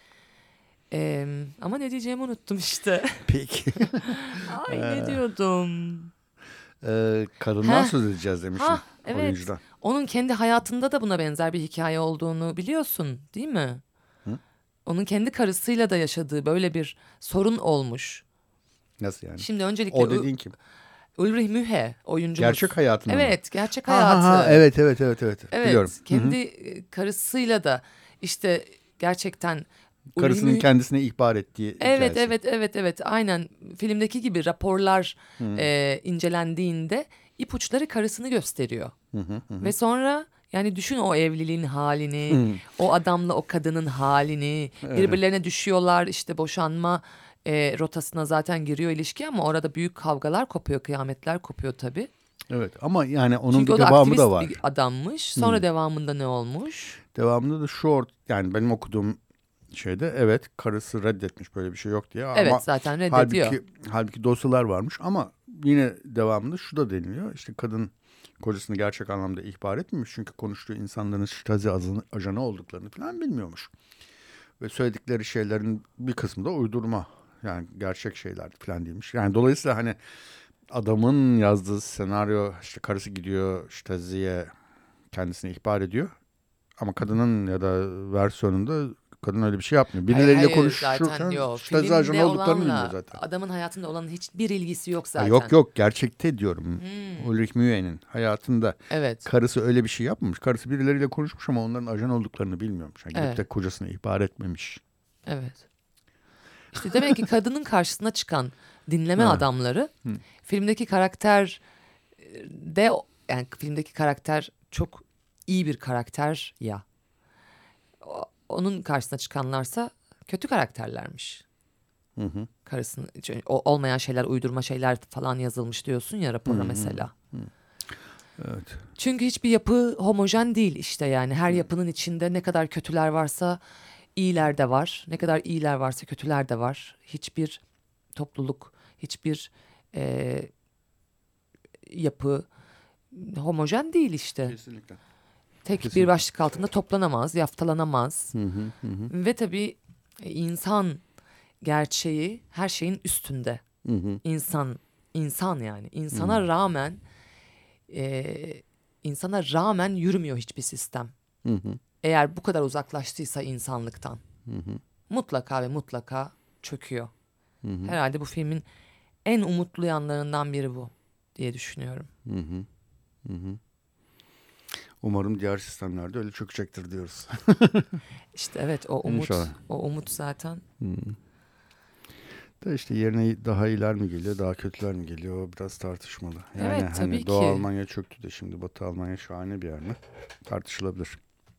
Ama ne diyeceğimi unuttum işte. Peki. Ay ne diyordum? Kadından söz edeceğiz demiştim. Evet. Oyuncudan. Onun kendi hayatında da buna benzer bir hikaye olduğunu biliyorsun değil mi? Onun kendi karısıyla da yaşadığı böyle bir sorun olmuş. Nasıl yani? Şimdi öncelikle o dediğin kim? Ulrich Mühe oyuncumuz. Gerçek hayatında mı? Evet, gerçek hayatı. Evet. Biliyorum. Kendi karısıyla da işte gerçekten karısının kendisine ihbar ettiği hikayesi. Evet. Aynen filmdeki gibi raporlar incelendiğinde ipuçları karısını gösteriyor. Ve sonra yani düşün o evliliğin halini, o adamla o kadının halini, birbirlerine düşüyorlar, işte boşanma rotasına zaten giriyor ilişki ama orada büyük kavgalar kopuyor, kıyametler kopuyor tabii. Evet ama yani onun çünkü bir devamı da var. Çünkü o da aktivist bir adammış. Sonra devamında ne olmuş? Devamında da yani benim okuduğum şeyde evet karısı reddetmiş böyle bir şey yok diye. Evet ama zaten reddediyor. Halbuki dosyalar varmış ama yine devamında şu da deniliyor. İşte kadın kocasını gerçek anlamda ihbar etmemiş. Çünkü konuştuğu insanların Stasi ajanı olduklarını falan bilmiyormuş. Ve söyledikleri şeylerin bir kısmı da uydurma. Yani gerçek şeyler falan değilmiş. Yani dolayısıyla hani adamın yazdığı senaryo işte karısı gidiyor Stasi'ye kendisini ihbar ediyor. Ama kadının ya da versiyonunda kadın öyle bir şey yapmıyor. Birileriyle konuşurken Stasi ajanı olduklarını bilmiyor zaten. Adamın hayatında olan hiçbir ilgisi yok zaten. Yok gerçekte diyorum. Ulrich Mühe'nin hayatında karısı öyle bir şey yapmamış. Karısı birileriyle konuşmuş ama onların ajan olduklarını bilmiyormuş. Yani gidip de kocasını ihbar etmemiş. Evet. İşte demek ki kadının karşısına çıkan dinleme adamları filmdeki karakter de yani filmdeki karakter çok iyi bir karakter ya. Onun karşısına çıkanlarsa kötü karakterlermiş. Karısının olmayan şeyler, uydurma şeyler falan yazılmış diyorsun ya rapora mesela. Evet. Çünkü hiçbir yapı homojen değil işte yani. Her yapının içinde ne kadar kötüler varsa iyiler de var. Ne kadar iyiler varsa kötüler de var. Hiçbir topluluk, hiçbir yapı homojen değil işte. Kesinlikle. Tek bir başlık altında toplanamaz, yaftalanamaz. Ve tabii insan gerçeği her şeyin üstünde. İnsan yani. İnsana rağmen yürümüyor hiçbir sistem. Eğer bu kadar uzaklaştıysa insanlıktan mutlaka ve mutlaka çöküyor. Herhalde bu filmin en umutlu yanlarından biri bu diye düşünüyorum. Umarım diğer sistemlerde öyle çökecektir diyoruz. İşte evet o umut. İnşallah. O umut zaten. Da işte yerine daha iyiler mi geliyor, daha kötüler mi geliyor? O biraz tartışmalı. Yani evet tabii ki. Doğu Almanya çöktü de şimdi Batı Almanya şahane bir yer mi? Tartışılabilir.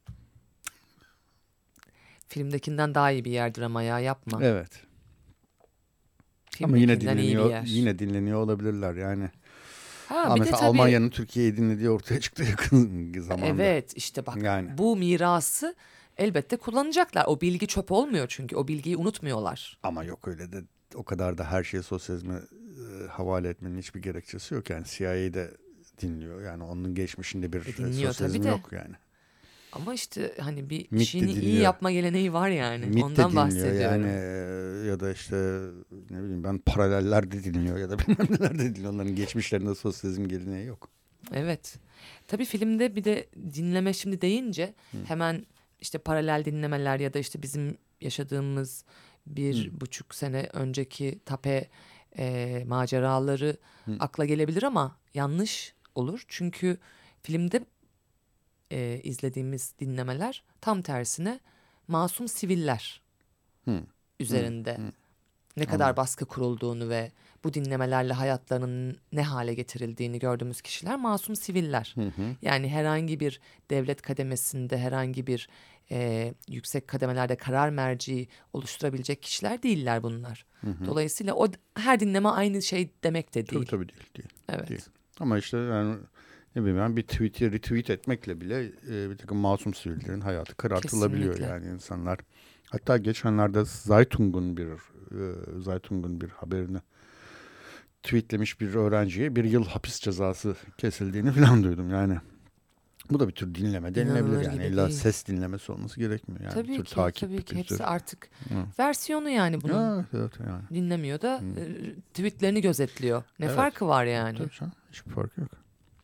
Filmdekinden daha iyi bir yerdir ama ya yapma. Evet. Ama yine dinleniyor olabilirler yani. Bir de mesela tabii, Almanya'nın Türkiye'yi dinlediği ortaya çıktı yakın zamanda. evet işte bak Yani. bu mirası elbette kullanacaklar. O bilgi çöp olmuyor çünkü o bilgiyi unutmuyorlar. Ama yok öyle de o kadar da her şeyi sosyalizme havale etmenin hiçbir gerekçesi yok. Yani CIA'de dinliyor. Yani onun geçmişinde bir Dinliyor sosyalizm tabii de. yok yani. Ama işte hani bir MIT de işini iyi dinliyor. yapma geleneği var yani. MIT de Ondan dinliyor bahsediyorum. yani ya da işte ne bileyim ben paraleller de dinliyor ya da bilmem neler de dinliyor. Onların geçmişlerinde sosyalizm geleneği yok. Evet. Tabii filmde bir de dinleme şimdi deyince hemen işte paralel dinlemeler ya da işte bizim yaşadığımız 1,5 sene önceki tape maceraları akla gelebilir ama yanlış olur. Çünkü filmde izlediğimiz dinlemeler tam tersine masum siviller üzerinde ne kadar baskı kurulduğunu ve bu dinlemelerle hayatlarının ne hale getirildiğini gördüğümüz kişiler masum siviller. Yani herhangi bir devlet kademesinde, herhangi bir yüksek kademelerde karar merci oluşturabilecek kişiler değiller bunlar. Dolayısıyla o her dinleme aynı şey demek de değil. Tabii değil. Evet. Değil. Ama işte yani ne bileyim ben bir tweet'i retweet etmekle bile bir takım masum sivillerin hayatı karartılabiliyor. Kesinlikle. Yani insanlar. Hatta geçenlerde Zeitung'un bir haberini tweetlemiş bir öğrenciye 1 yıl hapis cezası kesildiğini falan duydum. Yani bu da bir tür dinleme denilebilir İnanılır yani. gibi İlla değil. ses dinlemesi olması gerekmiyor. Yani bir Tabii tür ki, takip, tabii ki. bir Hepsi tür- artık Hı. versiyonu yani bunun. Evet yani. Dinlemiyor da tweetlerini gözetliyor. Ne Evet. farkı var yani? Tabii canım. Hiçbir farkı yok.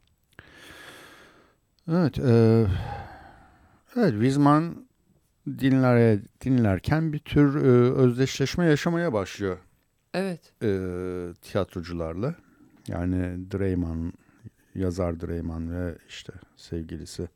Evet. Evet. Wiseman dinlerken bir tür özdeşleşme yaşamaya başlıyor Evet. tiyatrocularla. Yani yazar Dreyman ve işte sevgilisi.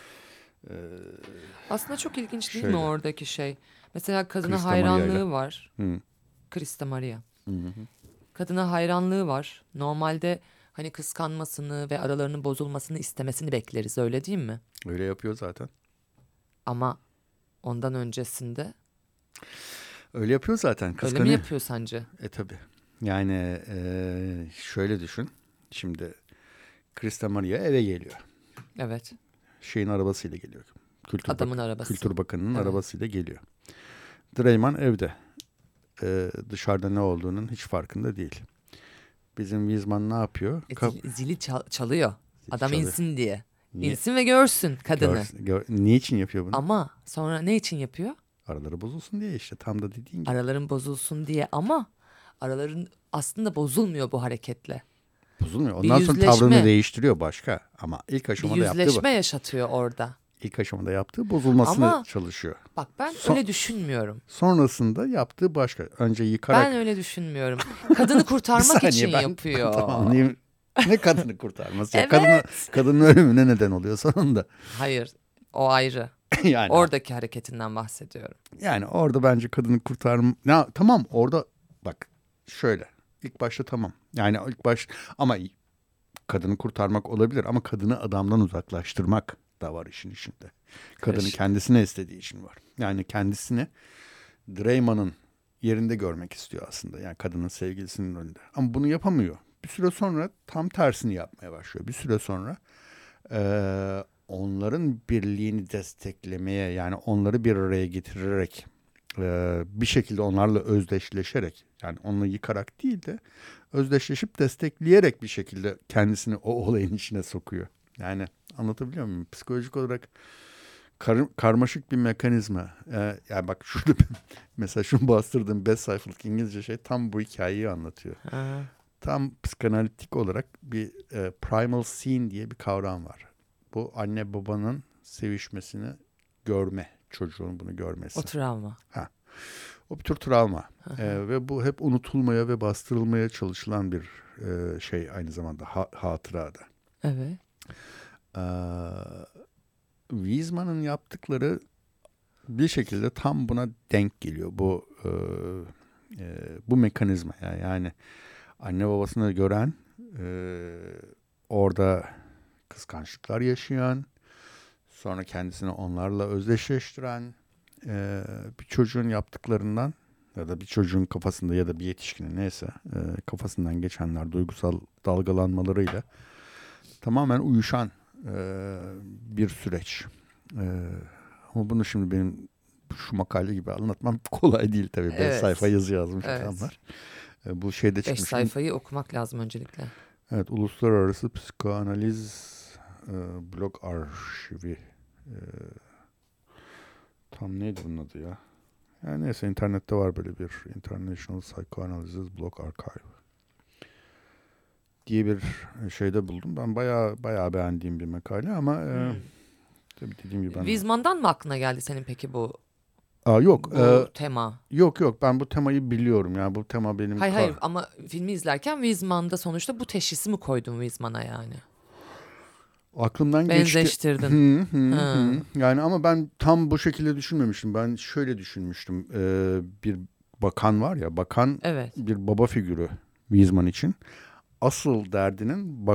Aslında çok ilginç değil Şöyle. mi oradaki şey? Mesela kadına Krista hayranlığı Maria'yla. var. Hı. Krista Maria. Hı hı. Kadına hayranlığı var. Normalde hani kıskanmasını ve aralarının bozulmasını istemesini bekleriz, öyle değil mi? Öyle yapıyor zaten. Ama ondan öncesinde Öyle yapıyor zaten. öyle mi Kıskanıyor. yapıyor sence? Tabii. Yani şöyle düşün. Şimdi Krista Maria eve geliyor. Evet. Şeyin arabasıyla geliyor. Adamın arabası. Kültür Bakanı'nın Evet. arabasıyla geliyor. Dreyman evde. Dışarıda ne olduğunun hiç farkında değil. Bizim Wiseman ne yapıyor? Zili çalıyor. Adam çalıyor. insin diye. Niye? İnsin ve görsün kadını. Niçin yapıyor bunu? Ama sonra ne için yapıyor? Araları bozulsun diye işte. Tam da dediğin gibi. Araların bozulsun diye, ama araların aslında bozulmuyor bu hareketle. Bozulmuyor. Bir Ondan sonra yüzleşme. tavrını değiştiriyor başka. Ama ilk Bir aşamada yüzleşme yaşatıyor orada. yaptığı bozulmasını Ama- çalışıyor. Bak ben Son- öyle düşünmüyorum. Sonrasında yaptığı başka. Önce yıkarak. Ben öyle düşünmüyorum. Kadını kurtarmak Bir saniye, için ben yapıyor. tamamlayayım. Ne kadını kurtarması? Ya? Evet. Kadının ölümüne neden oluyor sonunda. Hayır, o ayrı. Yani Oradaki hareketinden bahsediyorum. Yani orada bence kadını tamam orada bak şöyle ilk başta tamam. Yani ilk baş ama kadını kurtarmak olabilir ama kadını adamdan uzaklaştırmak da var işin içinde. Kadını Karışık. kendisine istediği için var. Yani kendisini Dreyman'ın yerinde görmek istiyor aslında. Yani kadının sevgilisinin önünde. Ama bunu yapamıyor. Bir süre sonra tam tersini yapmaya başlıyor. Bir süre sonra onların birliğini desteklemeye, yani onları bir araya getirerek bir şekilde onlarla özdeşleşerek, yani onları yıkarak değil de özdeşleşip destekleyerek bir şekilde kendisini o olayın içine sokuyor. Yani anlatabiliyor muyum? Psikolojik olarak karmaşık bir mekanizma. Yani bak şurada mesela şunu bastırdığım 5 sayfalık İngilizce şey tam bu hikayeyi anlatıyor. Ha. Tam psikanalitik olarak bir primal scene diye bir kavram var. Bu anne babanın sevişmesini görme, çocuğun bunu görmesi. O travma. O bir tür travma. Ve bu hep unutulmaya ve bastırılmaya çalışılan bir şey aynı zamanda hatırada. Evet. Wiseman'ın yaptıkları bir şekilde tam buna denk geliyor. Bu mekanizma yani anne babasını gören, orada kıskançlıklar yaşayan, sonra kendisini onlarla özdeşleştiren bir çocuğun yaptıklarından ya da bir çocuğun kafasında ya da bir yetişkinin neyse kafasından geçenler, duygusal dalgalanmalarıyla tamamen uyuşan bir süreç. Ama bunu şimdi benim şu makale gibi anlatmam kolay değil tabii. 5 Evet. sayfa yazı yazmış Evet. adamlar. Bu şeyde 5 çıkmış. sayfayı okumak lazım öncelikle. Evet, Uluslararası Psikoanaliz Blog Arşivi. Tam neydi bunun adı ya? Yani neyse, internette var böyle bir International Psychoanalysis Blog Archive diye bir şeyde buldum. Ben bayağı beğendiğim bir makale ama tabii dediğim gibi ben... Wiesmann'dan mı aklına geldi senin peki bu Yok. tema? Yok, ben bu temayı biliyorum. Yani bu tema benim... Hayır ama filmi izlerken Wiesmann'da sonuçta bu teşhisi mi koydun Wiesmann'a yani? Aklımdan geçti. Benzeştirdin. Yani ama ben tam bu şekilde düşünmemiştim. Ben şöyle düşünmüştüm. Bir bakan var ya, bakan Evet. bir baba figürü Wiesmann için. Asıl derdinin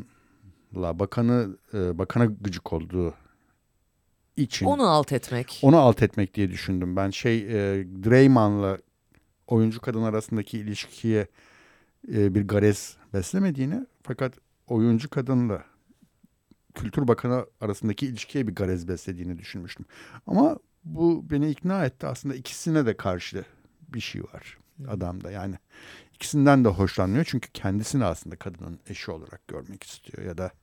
bakana gıcık olduğu için. Onu alt etmek. Onu alt etmek diye düşündüm. Ben Dreymann'la oyuncu kadın arasındaki ilişkiye bir garez beslemediğini, fakat oyuncu kadınla Kültür Bakanı arasındaki ilişkiye bir garez beslediğini düşünmüştüm. Ama bu beni ikna etti. Aslında ikisine de karşı bir şey var adamda. Yani ikisinden de hoşlanmıyor. Çünkü kendisini aslında kadının eşi olarak görmek istiyor. Ya da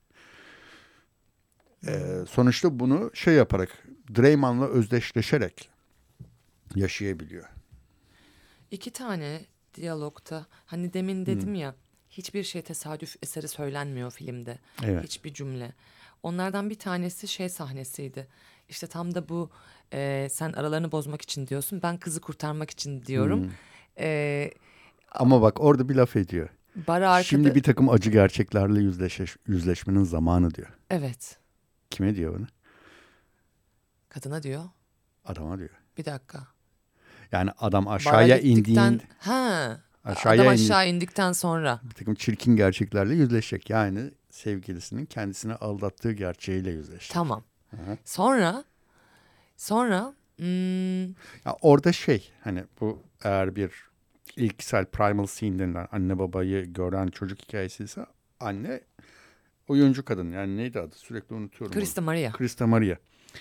sonuçta bunu yaparak, Dreymann'la özdeşleşerek yaşayabiliyor. 2 tane diyalogta, hani demin dedim ya, hiçbir şey tesadüf eseri söylenmiyor filmde. Evet. Hiçbir cümle. Onlardan bir tanesi sahnesiydi. İşte tam da bu sen aralarını bozmak için diyorsun. Ben kızı kurtarmak için diyorum. Ama bak orada bir laf ediyor. Bara arkada... Şimdi bir takım acı gerçeklerle yüzleşmenin zamanı diyor. Evet. Kime diyor bunu? Kadına diyor. Adama diyor. Bir dakika. Yani adam aşağıya indiğinde... Adam aşağı indikten sonra. Bir takım çirkin gerçeklerle yüzleşecek. Yani sevgilisinin kendisini aldattığı gerçeğiyle yüzleşecek. Tamam. Hı-hı. Sonra ya orada hani bu eğer bir ilksel primal scene denilen anne babayı gören çocuk hikayesi ise, anne oyuncu kadın, yani neydi adı, sürekli unutuyorum. Krista Maria.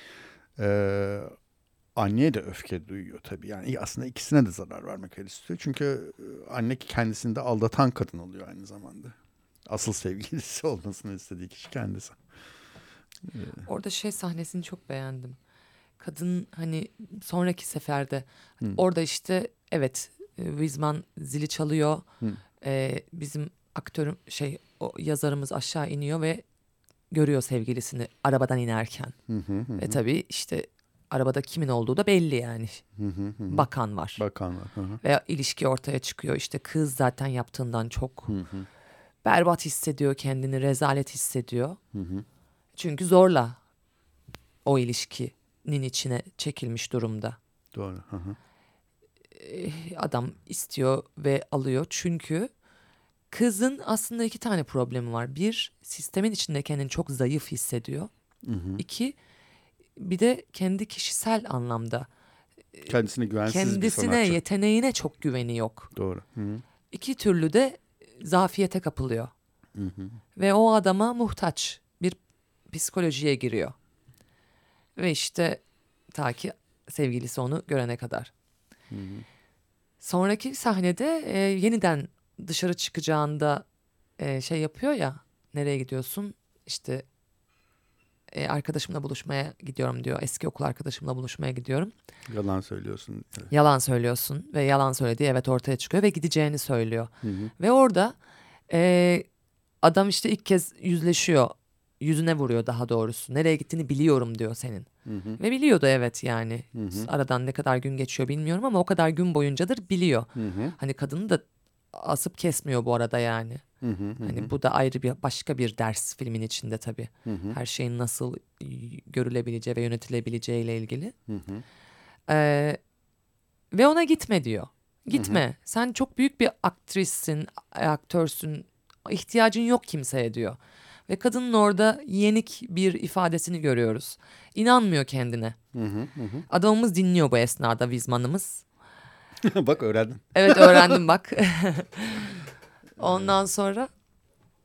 Anneye de öfke duyuyor tabii. Yani aslında ikisine de zarar vermek istiyor. Çünkü anne kendisini de aldatan kadın oluyor aynı zamanda. Asıl sevgilisi olmasını istediği kişi kendisi. Orada sahnesini çok beğendim. Kadın hani sonraki seferde orada işte evet, Wiesmann zili çalıyor. Bizim aktörüm o yazarımız aşağı iniyor ve görüyor sevgilisini arabadan inerken. Ve tabii işte arabada kimin olduğu da belli yani. Bakan var. Ve ilişki ortaya çıkıyor. İşte kız zaten yaptığından çok berbat hissediyor kendini, rezalet hissediyor. Çünkü zorla o ilişkinin içine çekilmiş durumda. Doğru. Adam istiyor ve alıyor. Çünkü kızın aslında 2 tane problemi var. 1, sistemin içinde kendini çok zayıf hissediyor. 2, bir de kendi kişisel anlamda kendisine güvensiz bir sanatçı. Kendisine, yeteneğine çok güveni yok. Doğru. 2 türlü de zafiyete kapılıyor. Ve o adama muhtaç bir psikolojiye giriyor. Ve işte ta ki sevgilisi onu görene kadar. Sonraki sahnede yeniden dışarı çıkacağında yapıyor ya, nereye gidiyorsun? İşte arkadaşımla buluşmaya gidiyorum diyor. Eski okul arkadaşımla buluşmaya gidiyorum. Yalan söylüyorsun. Evet. Yalan söylüyorsun ve yalan söylediği ortaya çıkıyor ve gideceğini söylüyor. Ve orada adam işte ilk kez yüzleşiyor. Yüzüne vuruyor daha doğrusu. Nereye gittiğini biliyorum diyor senin. Ve biliyordu evet yani. Aradan ne kadar gün geçiyor bilmiyorum ama o kadar gün boyuncadır biliyor. Hani kadını da asıp kesmiyor bu arada yani. Hani bu da ayrı başka bir ders filmin içinde tabii. Her şeyin nasıl görülebileceği ve yönetilebileceğiyle ilgili. Ve ona gitme diyor. Gitme. Sen çok büyük bir aktörsün. İhtiyacın yok kimseye diyor. Ve kadının orada yenik bir ifadesini görüyoruz. İnanmıyor kendine. Adamımız dinliyor bu esnada, Wiesmann'ımız. Bak öğrendin. Evet öğrendim bak. Ondan sonra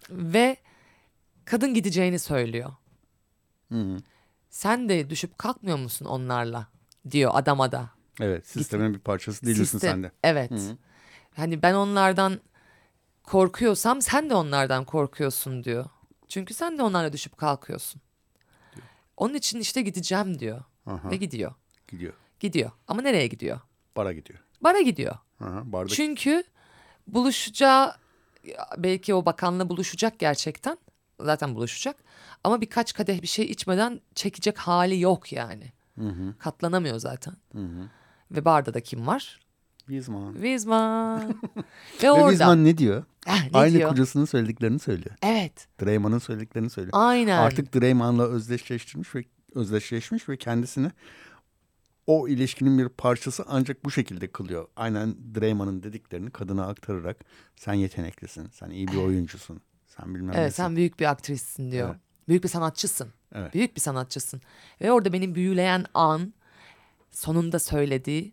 Ve kadın gideceğini söylüyor. Hı. Sen de düşüp kalkmıyor musun onlarla diyor adama da. Evet, sistemin bir parçası değilsin sen de. Evet. Hı. Hani ben onlardan korkuyorsam sen de onlardan korkuyorsun diyor. Çünkü sen de onlarla düşüp kalkıyorsun. Onun için işte gideceğim diyor. Aha. Ve gidiyor. Gidiyor. Gidiyor. Ama nereye gidiyor? Bara gidiyor. Bara gidiyor. Aha, barda. Çünkü buluşacağı, belki o bakanla buluşacak gerçekten. Zaten buluşacak. Ama birkaç kadeh bir şey içmeden çekecek hali yok yani. Hı hı. Katlanamıyor zaten. Hı hı. Ve barda da kim var? Wiseman. Wiseman. Ve Ve orada. Wiseman ne diyor? Ne Aynı diyor? kocasının söylediklerini söylüyor. Evet. Draymond'un söylediklerini söylüyor. Aynen. Artık Draymond'la özdeşleşmiş ve kendisini o ilişkinin bir parçası ancak bu şekilde kılıyor. Aynen Draymond'un dediklerini kadına aktararak sen yeteneklisin, sen iyi bir oyuncusun, sen bilmem Evet, nesin. sen büyük bir aktrissin diyor. Evet. Büyük bir sanatçısın. Evet. Büyük bir sanatçısın. Ve orada beni büyüleyen an sonunda söylediği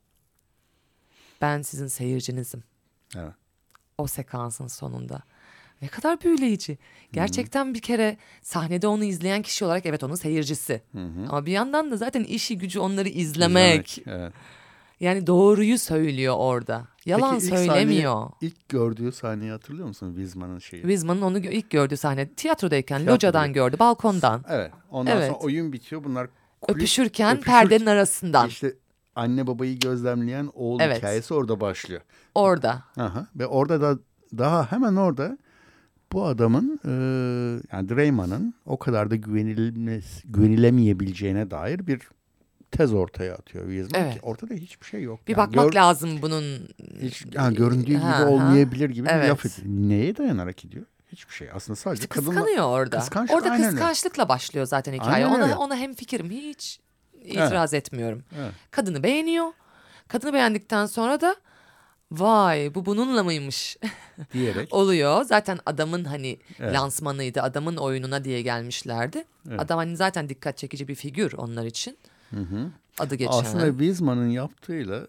ben sizin seyircinizim. Evet. O sekansın sonunda. Ne kadar büyüleyici. Gerçekten bir kere sahnede onu izleyen kişi olarak evet onun seyircisi. Ama bir yandan da zaten işi gücü onları izlemek. Evet. Yani doğruyu söylüyor orada. Yalan Peki ilk söylemiyor. ilk gördüğü sahneyi hatırlıyor musun? Wiseman'ın şeyi. Wiseman'ın onu ilk gördüğü sahne tiyatrodayken Tiyatroda. locadan gördü, balkondan. Evet. Ondan Evet. sonra oyun bitiyor. Bunlar Öpüşürken perdenin arasından. İşte anne babayı gözlemleyen oğul Evet. hikayesi orada başlıyor. Orada. Aha. Ve orada da daha hemen orada bu adamın yani Draymond'ın o kadar da güvenilemeyebileceğine dair bir tez ortaya atıyor Wiseman. Evet. Ki ortada hiçbir şey yok. Bir Yani bakmak lazım bunun. hiç, göründüğü Ha, gibi olmayabilir gibi bir evet. laf ediyor. Neye dayanarak gidiyor? Hiçbir şey. Aslında sadece İşte kadınla... kıskanıyor orada. Kıskançlık, Orada aynen öyle. kıskançlıkla başlıyor zaten hikaye. Aynen öyle. Ona hemfikirim. Hiç itiraz etmiyorum. Evet. Kadını beğeniyor. Kadını beğendikten sonra da vay bu bununla mıymış Diyerek. oluyor. Zaten adamın hani Evet. lansmanıydı. Adamın oyununa diye gelmişlerdi. Evet. Adam hani zaten dikkat çekici bir figür onlar için. Hı. Adı geçen. Aslında Wiseman'ın yaptığıyla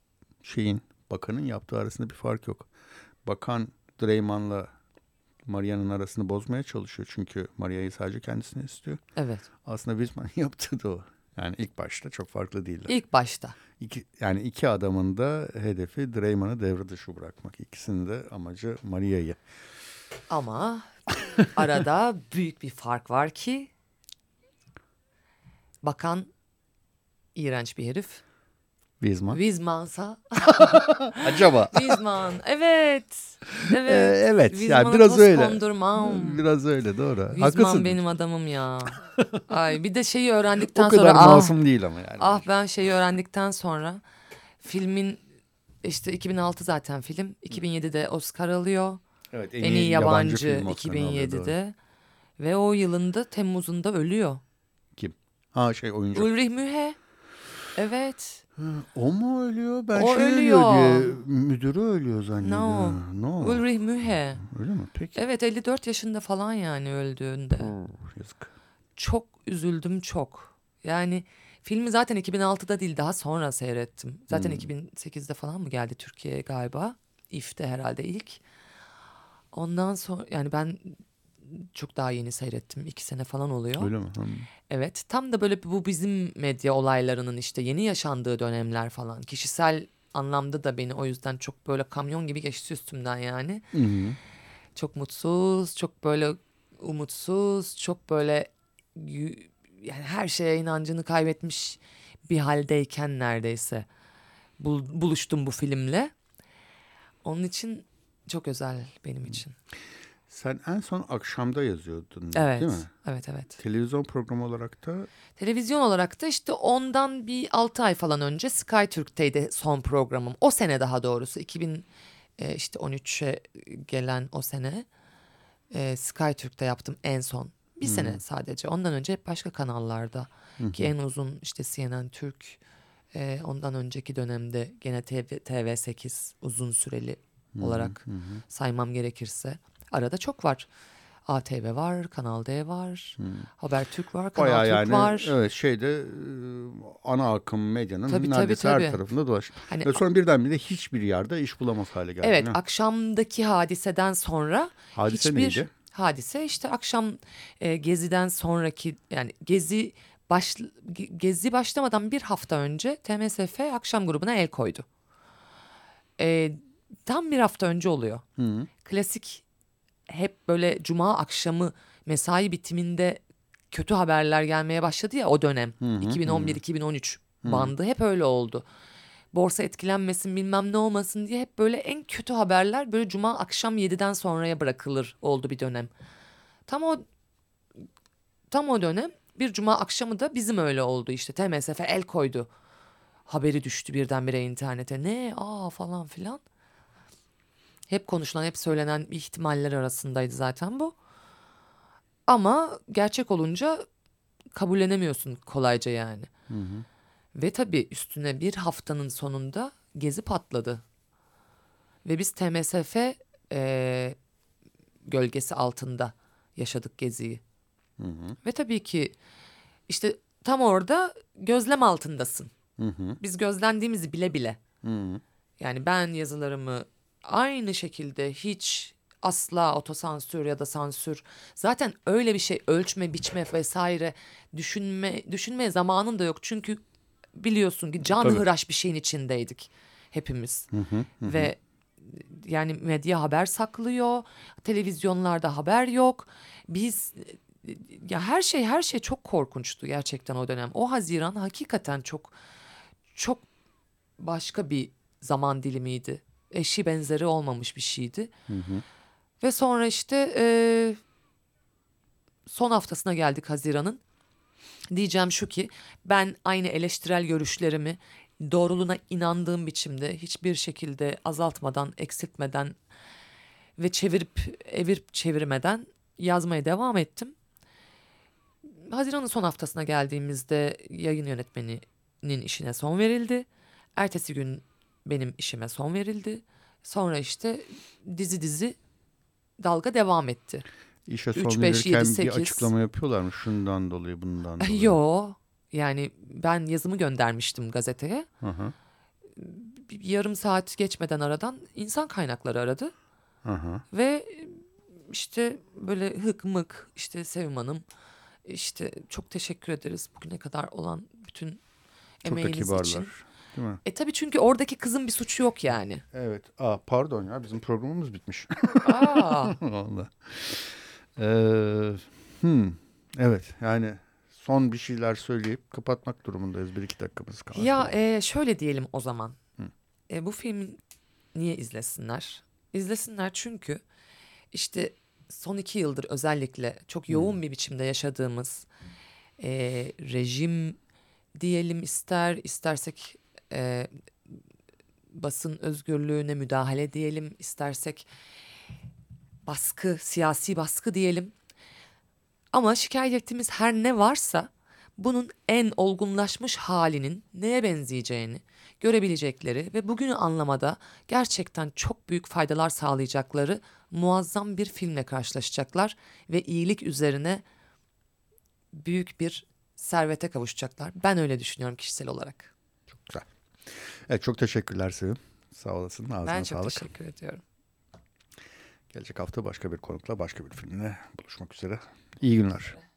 bakanın yaptığı arasında bir fark yok. Bakan Draymond'la Maria'nın arasını bozmaya çalışıyor. Çünkü Maria'yı sadece kendisine istiyor. Evet. Aslında Wiseman'ın yaptığı da o. Yani ilk başta çok farklı değiller. İlk başta. İki adamın da hedefi Draymond'ı devre dışı bırakmak. İkisinin de amacı Maria'yı. Ama arada büyük bir fark var ki bakan iğrenç bir herif. Wiseman. Wiseman'sa Acaba? Wiseman. Evet. Evet. Evet. Yani Wiseman'a biraz toz öyle. kondurmam. Biraz öyle doğru. Wiseman Haklısın. benim adamım ya. Ay bir de şeyi öğrendikten O kadar sonra masum değil ama yani. ben şeyi öğrendikten sonra filmin işte 2006 zaten film. 2007'de Oscar alıyor. Evet, En iyi yabancı film Oscar'ını alıyor, doğru. 2007'de. Ve o yılında Temmuz'unda ölüyor. Kim? Oyuncu. Ulrich Mühe. Evet. O mu ölüyor? Ben O ölüyor ölüyor. diye müdürü ölüyor zannediyorum. No. Ulrich Mühe. Öyle mi? Peki. Evet 54 yaşında falan yani öldüğünde. Yazık. Çok üzüldüm çok. Yani filmi zaten 2006'da değil daha sonra seyrettim. Zaten 2008'de falan mı geldi Türkiye'ye galiba? İF'te herhalde ilk. Ondan sonra yani ben çok daha yeni seyrettim. 2 sene falan oluyor. Öyle mi? Evet tam da böyle bu bizim medya olaylarının işte yeni yaşandığı dönemler falan. Kişisel anlamda da beni o yüzden çok böyle kamyon gibi geçti üstümden yani. Hı-hı. Çok mutsuz, çok böyle umutsuz, çok böyle yani her şeye inancını kaybetmiş bir haldeyken neredeyse buluştum bu filmle. Onun için çok özel benim için. Sen en son akşamda yazıyordun Evet. değil mi? Evet. Televizyon programı olarak da Televizyon olarak da işte ondan bir 6 ay falan önce Sky Türk'teydi son programım. O sene daha doğrusu 2013'e gelen o sene Sky Türk'te yaptım en son. Bir sene sadece. Ondan önce hep başka kanallarda. Ki en uzun işte CNN Türk. Ondan önceki dönemde gene TV8 uzun süreli olarak saymam gerekirse. Arada çok var. ATV var, Kanal D var, Habertürk var, Kanal bayağı Türk yani var. evet ana akım medyanın Tabii, neredeyse tabii. her tarafında dolaş. Hani Ve sonra birdenbire hiçbir yerde iş bulamaz hale geldi. evet, değil mi? akşamdaki hadiseden sonra Hadise hiçbir neydi? hadise işte akşam Gezi'den sonraki, yani Gezi başlamadan bir hafta önce TMSF akşam grubuna el koydu. Tam bir hafta önce oluyor. Klasik hep böyle cuma akşamı mesai bitiminde kötü haberler gelmeye başladı ya o dönem. 2011-2013 bandı hep öyle oldu. Borsa etkilenmesin bilmem ne olmasın diye hep böyle en kötü haberler böyle cuma akşam 7'den sonraya bırakılır oldu bir dönem. Tam o dönem bir cuma akşamı da bizim öyle oldu işte. TMSF el koydu. Haberi düştü birdenbire internete. Ne? Falan filan. Hep konuşulan, hep söylenen ihtimaller arasındaydı zaten bu. Ama gerçek olunca kabullenemiyorsun kolayca yani. Ve tabii üstüne bir haftanın sonunda Gezi patladı. Ve biz TMSF gölgesi altında yaşadık Gezi'yi. Ve tabii ki işte tam orada gözlem altındasın. Biz gözlendiğimizi bile bile. Yani ben yazılarımı aynı şekilde hiç asla otosansür ya da sansür, zaten öyle bir şey ölçme, biçme vesaire düşünmeye zamanım da yok. Çünkü biliyorsun ki canhıraş bir şeyin içindeydik hepimiz. Ve yani medya haber saklıyor, televizyonlarda haber yok. Biz ya her şey çok korkunçtu gerçekten o dönem. O Haziran hakikaten çok çok başka bir zaman dilimiydi. Eşi benzeri olmamış bir şeydi. Ve sonra işte son haftasına geldik Haziran'ın. Diyeceğim şu ki ben aynı eleştirel görüşlerimi doğruluğuna inandığım biçimde hiçbir şekilde azaltmadan, eksiltmeden ve evirip çevirmeden yazmaya devam ettim. Haziran'ın son haftasına geldiğimizde yayın yönetmeninin işine son verildi. Ertesi gün benim işime son verildi. Sonra işte dizi dalga devam etti. İşe 3, son 5, verirken 7, bir 8. açıklama yapıyorlar mı? Şundan dolayı, bundan dolayı. Yo, yani ben yazımı göndermiştim gazeteye. Bir yarım saat geçmeden aradan insan kaynakları aradı. Ve işte böyle hık mık işte Sevim Hanım işte çok teşekkür ederiz bugüne kadar olan bütün emeğiniz için. Değil mi? Tabii çünkü oradaki kızın bir suçu yok yani. Evet. Pardon ya, bizim programımız bitmiş. Vallahi. Evet, yani son bir şeyler söyleyip kapatmak durumundayız. 1-2 dakikamız kaldı. Ya şöyle diyelim o zaman. Bu filmi niye izlesinler? İzlesinler çünkü işte son 2 yıldır özellikle çok yoğun bir biçimde yaşadığımız rejim diyelim istersek basın özgürlüğüne müdahale diyelim, istersek siyasi baskı diyelim. Ama şikayet ettiğimiz her ne varsa bunun en olgunlaşmış halinin neye benzeyeceğini görebilecekleri ve bugünü anlamada gerçekten çok büyük faydalar sağlayacakları muazzam bir filmle karşılaşacaklar ve iyilik üzerine büyük bir servete kavuşacaklar. Ben öyle düşünüyorum kişisel olarak. Çok güzel. Evet, çok teşekkürler Sevim. Sağ olasın. Ağzına ben çok sağlık. teşekkür ediyorum. Gelecek hafta başka bir konukla, başka bir filmle buluşmak üzere. İyi günler.